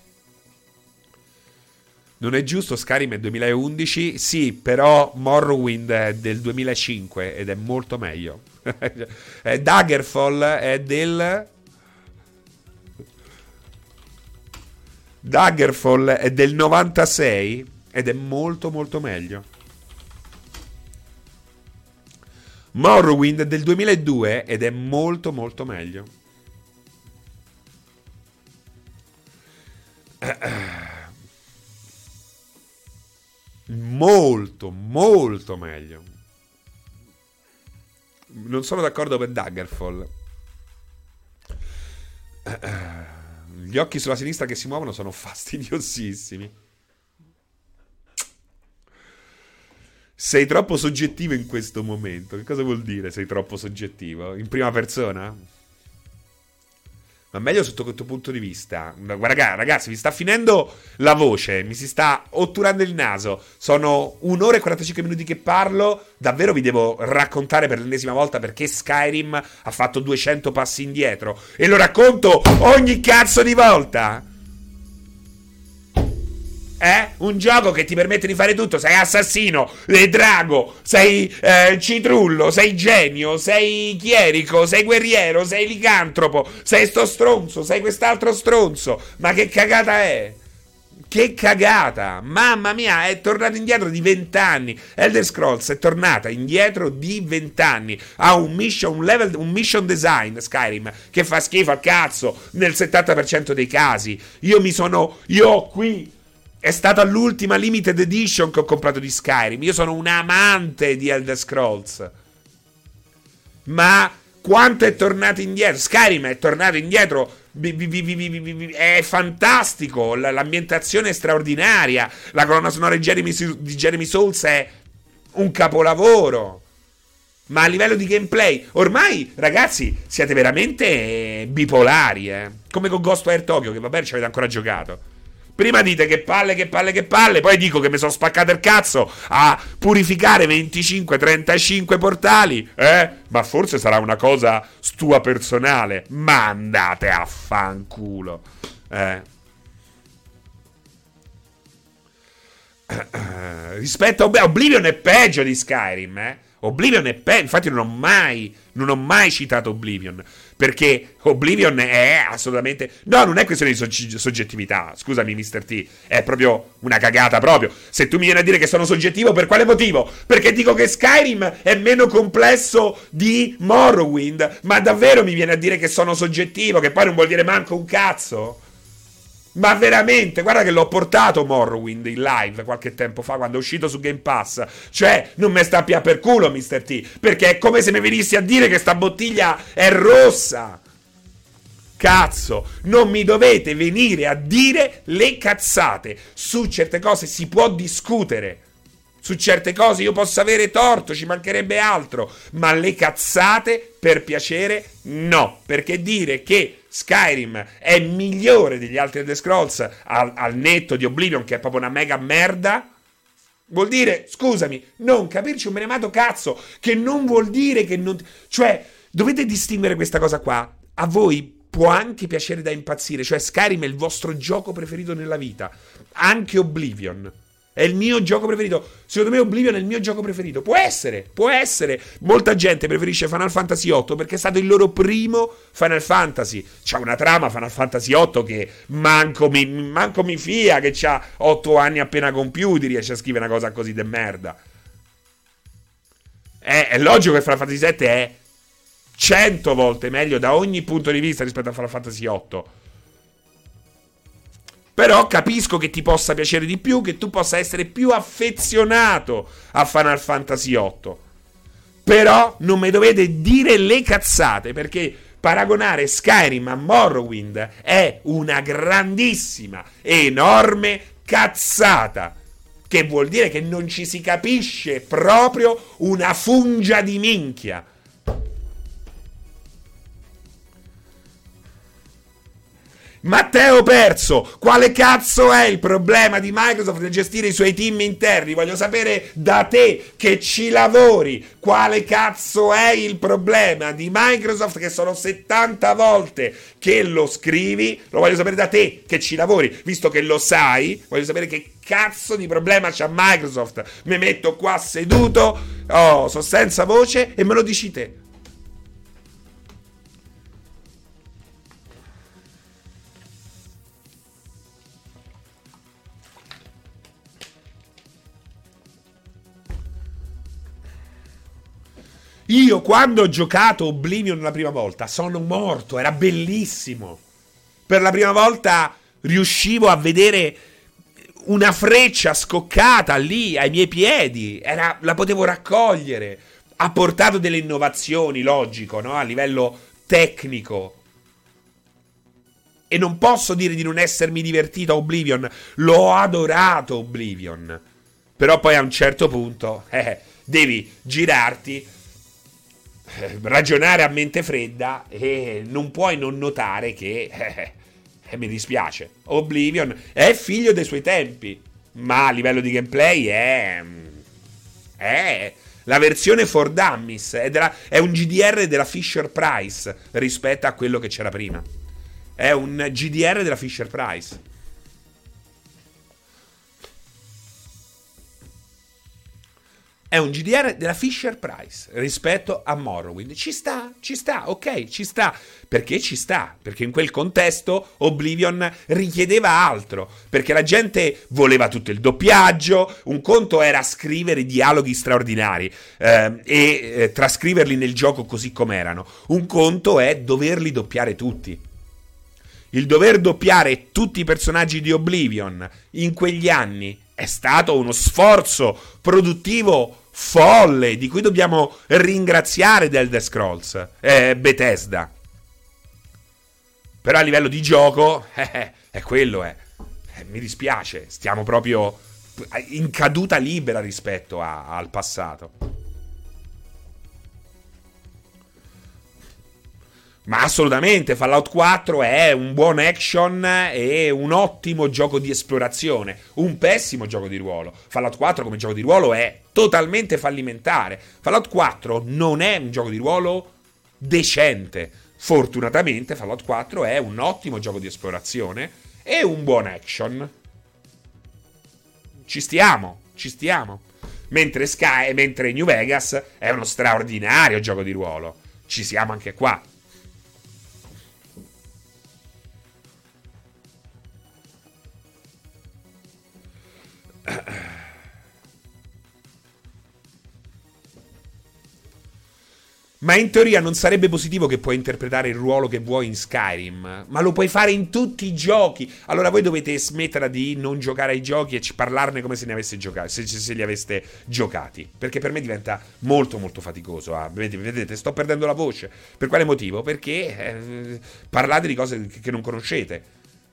Non è giusto, Skyrim è 2011, sì, però Morrowind è del 2005 ed è molto meglio. Daggerfall è del 96 ed è molto molto meglio. Morrowind è del 2002 ed è molto molto meglio. Molto molto meglio. Non sono d'accordo per Daggerfall. Gli occhi sulla sinistra che si muovono sono fastidiosissimi. Sei troppo soggettivo in questo momento. Che cosa vuol dire sei troppo soggettivo? In prima persona? Ma meglio sotto questo punto di vista. Guarda, ragazzi, mi sta finendo la voce, mi si sta otturando il naso. Sono 1 ora e 45 minuti che parlo. Davvero vi devo raccontare per l'ennesima volta perché Skyrim ha fatto 200 passi indietro. E lo racconto ogni cazzo di volta. Un gioco che ti permette di fare tutto. Sei assassino, sei drago, sei citrullo, sei genio, sei chierico, sei guerriero, sei licantropo, sei sto stronzo, sei quest'altro stronzo. Ma che cagata è? Che cagata! Mamma mia, è tornato indietro di 20 anni. Elder Scrolls è tornata indietro di 20 anni. Ha un mission design Skyrim che fa schifo al cazzo nel 70% dei casi. Io ho qui. È stata l'ultima limited edition che ho comprato di Skyrim. Io sono un amante di Elder Scrolls. Ma quanto è tornato indietro? Skyrim è tornato indietro. È fantastico. L'ambientazione è straordinaria. La colonna sonora di Jeremy Souls è un capolavoro. Ma a livello di gameplay, ormai, ragazzi, siete veramente bipolari, Come con Ghostwire Tokyo, che vabbè ci avete ancora giocato. Prima dite che palle, poi dico che mi sono spaccato il cazzo a purificare 25-35 portali, Ma forse sarà una cosa stua personale. Ma andate a fanculo, Rispetto a Oblivion è peggio di Skyrim, Oblivion è peggio. Infatti non ho mai citato Oblivion, perché Oblivion è assolutamente... No, non è questione di soggettività. Scusami, Mr. T. È proprio una cagata proprio. Se tu mi vieni a dire che sono soggettivo, per quale motivo? Perché dico che Skyrim è meno complesso di Morrowind. Ma davvero mi viene a dire che sono soggettivo, che poi non vuol dire manco un cazzo? Ma veramente, guarda che l'ho portato Morrowind in live qualche tempo fa quando è uscito su Game Pass. Cioè, non me sta più per culo, Mr. T, perché è come se mi venissi a dire che sta bottiglia è rossa. Cazzo, non mi dovete venire a dire le cazzate. Su certe cose si può discutere. Su certe cose io posso avere torto, ci mancherebbe altro. Ma le cazzate, per piacere, no. Perché dire che Skyrim è migliore degli altri Elder Scrolls al netto di Oblivion, che è proprio una mega merda, vuol dire, scusami, non capirci un benemato cazzo. Che non vuol dire che non... Cioè, dovete distinguere questa cosa qua. A voi può anche piacere da impazzire. Cioè, Skyrim è il vostro gioco preferito nella vita. Anche Oblivion è il mio gioco preferito. Secondo me Oblivion è il mio gioco preferito. Può essere. Molta gente preferisce Final Fantasy VIII perché è stato il loro primo Final Fantasy. C'ha una trama Final Fantasy VIII che manco mi fia che c'ha 8 anni appena compiuti, riesce a scrivere una cosa così de merda. È logico che Final Fantasy VII è 100 volte meglio da ogni punto di vista rispetto a Final Fantasy VIII. Però capisco che ti possa piacere di più, che tu possa essere più affezionato a Final Fantasy VIII. Però non mi dovete dire le cazzate, perché paragonare Skyrim a Morrowind è una grandissima, enorme cazzata. Che vuol dire che non ci si capisce proprio una fungia di minchia. Matteo Perso, quale cazzo è il problema di Microsoft nel gestire i suoi team interni? Voglio sapere da te che ci lavori, quale cazzo è il problema di Microsoft, che sono 70 volte che lo scrivi. Lo voglio sapere da te che ci lavori, visto che lo sai. Voglio sapere che cazzo di problema c'ha Microsoft. Mi metto qua seduto, sono senza voce e me lo dici te. Io quando ho giocato Oblivion la prima volta sono morto, era bellissimo. Per la prima volta riuscivo a vedere una freccia scoccata lì ai miei piedi, la potevo raccogliere. Ha portato delle innovazioni, logico, no? A livello tecnico. E non posso dire di non essermi divertito a Oblivion. L'ho adorato Oblivion. Però poi a un certo punto devi girarti, ragionare a mente fredda e non puoi non notare che mi dispiace. Oblivion è figlio dei suoi tempi, ma a livello di gameplay è la versione for dummies, è un GDR della Fisher Price rispetto a quello che c'era prima. È un GDR della Fisher Price. È un GDR della Fisher Price rispetto a Morrowind. Ci sta, ok, ci sta. Perché ci sta? Perché in quel contesto Oblivion richiedeva altro. Perché la gente voleva tutto il doppiaggio. Un conto era scrivere dialoghi straordinari e trascriverli nel gioco così com'erano. Un conto è doverli doppiare tutti. Il dover doppiare tutti i personaggi di Oblivion in quegli anni è stato uno sforzo produttivo folle, di cui dobbiamo ringraziare The Elder Scrolls, Bethesda. Però a livello di gioco, è quello, mi dispiace, stiamo proprio in caduta libera rispetto al passato. Ma assolutamente, Fallout 4 è un buon action e un ottimo gioco di esplorazione. Un pessimo gioco di ruolo. Fallout 4 come gioco di ruolo è totalmente fallimentare. Fallout 4 non è un gioco di ruolo decente. Fortunatamente Fallout 4 è un ottimo gioco di esplorazione e un buon action. Ci stiamo. Mentre New Vegas è uno straordinario gioco di ruolo. Ci siamo anche qua. Ma in teoria non sarebbe positivo che puoi interpretare il ruolo che vuoi in Skyrim, ma lo puoi fare in tutti i giochi. Allora voi dovete smettere di non giocare ai giochi e parlarne come se ne aveste giocato, se li aveste giocati, perché per me diventa molto molto faticoso. Vedete, sto perdendo la voce. Per quale motivo? Perché parlate di cose che non conoscete.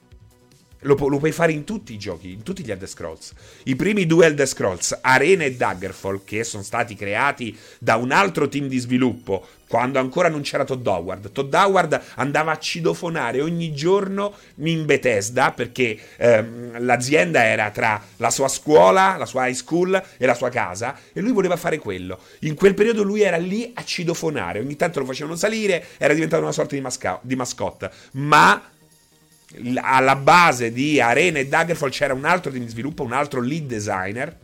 Lo puoi fare in tutti i giochi, in tutti gli Elder Scrolls. I primi due Elder Scrolls, Arena e Daggerfall, che sono stati creati da un altro team di sviluppo, quando ancora non c'era Todd Howard. Todd Howard andava a cidofonare ogni giorno in Bethesda, perché l'azienda era tra la sua scuola, la sua high school e la sua casa, e lui voleva fare quello. In quel periodo lui era lì a cidofonare, ogni tanto lo facevano salire, era diventato una sorta di mascotte. Ma alla base di Arena e Daggerfall c'era un altro team di sviluppo, un altro lead designer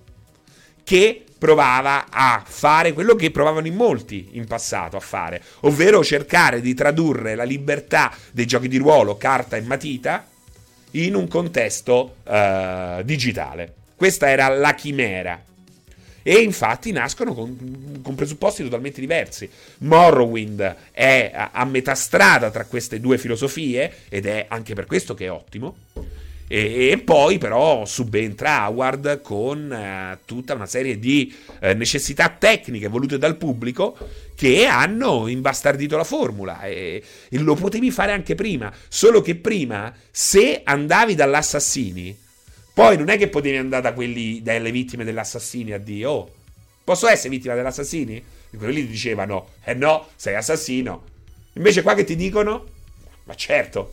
che provava a fare quello che provavano in molti in passato a fare, ovvero cercare di tradurre la libertà dei giochi di ruolo carta e matita in un contesto digitale. Questa era la chimera. E infatti nascono con presupposti totalmente diversi. Morrowind è a metà strada tra queste due filosofie, ed è anche per questo che è ottimo. E poi però subentra Howard con tutta una serie di necessità tecniche volute dal pubblico che hanno imbastardito la formula, e lo potevi fare anche prima, solo che prima, se andavi dall'Assassini, poi non è che potevi andare dalle vittime dell'Assassini a dire: oh, posso essere vittima dell'Assassini? E quelli dicevano: no, sei assassino. Invece qua che ti dicono: ma certo,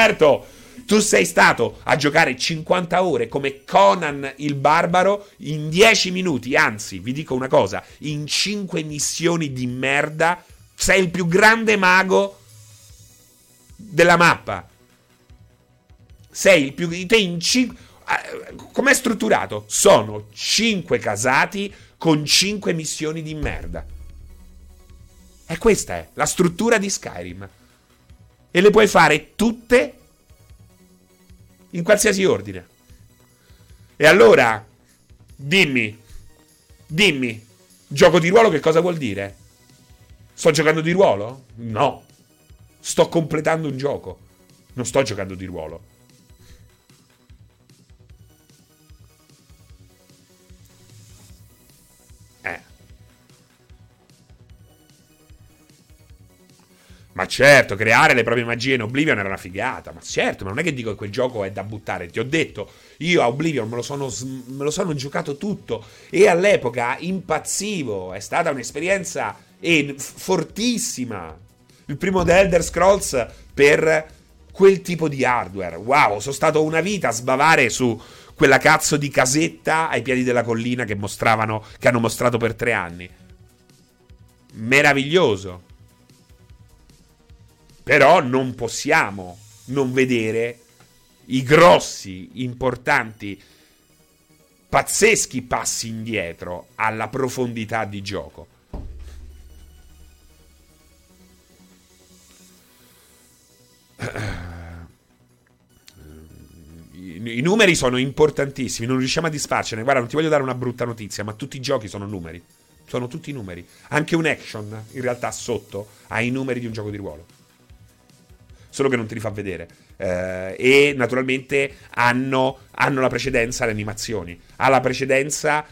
tu sei stato a giocare 50 ore come Conan il Barbaro in 10 minuti, anzi, vi dico una cosa, in 5 missioni di merda, sei il più grande mago della mappa. Sei il più... Te in 5... Com'è strutturato? Sono 5 casati con 5 missioni di merda. E questa è la struttura di Skyrim. E le puoi fare tutte in qualsiasi ordine. E allora, dimmi, gioco di ruolo che cosa vuol dire? Sto giocando di ruolo? No. Sto completando un gioco. Non sto giocando di ruolo. Ma certo, creare le proprie magie in Oblivion era una figata. Ma certo, ma non è che dico che quel gioco è da buttare. Ti ho detto, io a Oblivion me lo sono giocato tutto. E all'epoca impazzivo. È stata un'esperienza fortissima. Il primo The Elder Scrolls per quel tipo di hardware. Wow, sono stato una vita a sbavare su quella cazzo di casetta ai piedi della collina che hanno mostrato per 3 anni. Meraviglioso. Però non possiamo non vedere i grossi, importanti, pazzeschi passi indietro alla profondità di gioco. I numeri sono importantissimi, non riusciamo a disfarcene. Guarda, non ti voglio dare una brutta notizia, ma tutti i giochi sono numeri. Sono tutti numeri. Anche un action, in realtà, sotto ha i numeri di un gioco di ruolo. Solo che non te li fa vedere. E naturalmente hanno la precedenza le animazioni. Ha la precedenza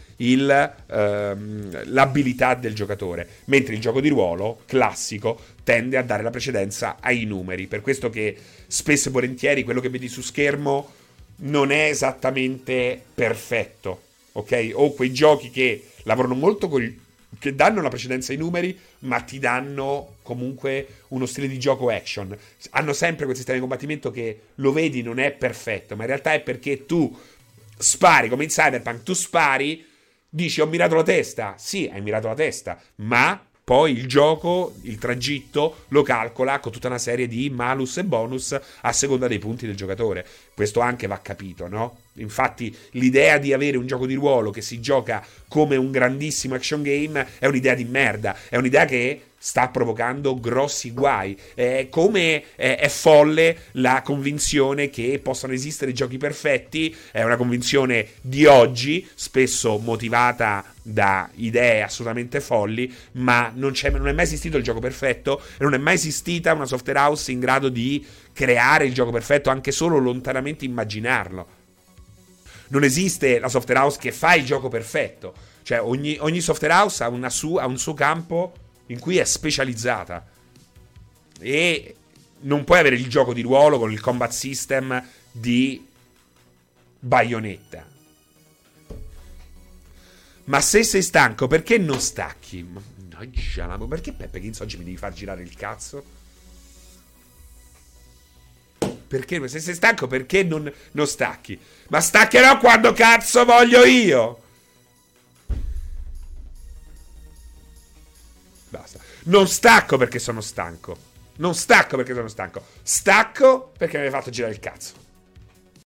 l'abilità del giocatore. Mentre il gioco di ruolo classico tende a dare la precedenza ai numeri. Per questo che spesso e volentieri quello che vedi su schermo non è esattamente perfetto. Ok? O quei giochi che lavorano molto che danno la precedenza ai numeri, ma ti danno comunque uno stile di gioco action. Hanno sempre quel sistema di combattimento che lo vedi non è perfetto, ma in realtà è perché tu spari, come in Cyberpunk, tu spari, dici ho mirato la testa. Sì, hai mirato la testa, ma poi il gioco, il tragitto, lo calcola con tutta una serie di malus e bonus a seconda dei punti del giocatore. Questo anche va capito, no? Infatti l'idea di avere un gioco di ruolo che si gioca come un grandissimo action game è un'idea di merda, è un'idea che sta provocando grossi guai. È folle la convinzione che possano esistere giochi perfetti, è una convinzione di oggi, spesso motivata da idee assolutamente folli, ma non è mai esistito il gioco perfetto e non è mai esistita una software house in grado di creare il gioco perfetto, anche solo lontanamente immaginarlo. Non esiste la software house che fa il gioco perfetto. Cioè ogni software house ha un suo campo in cui è specializzata. E non puoi avere il gioco di ruolo con il combat system di Bayonetta. Ma se sei stanco, perché non stacchi? No, perché Peppe Kins oggi mi devi far girare il cazzo? Perché? Se sei stanco, perché non stacchi? Ma staccherò quando cazzo voglio io! Basta. Non stacco perché sono stanco. Non stacco perché sono stanco. Stacco perché mi hai fatto girare il cazzo.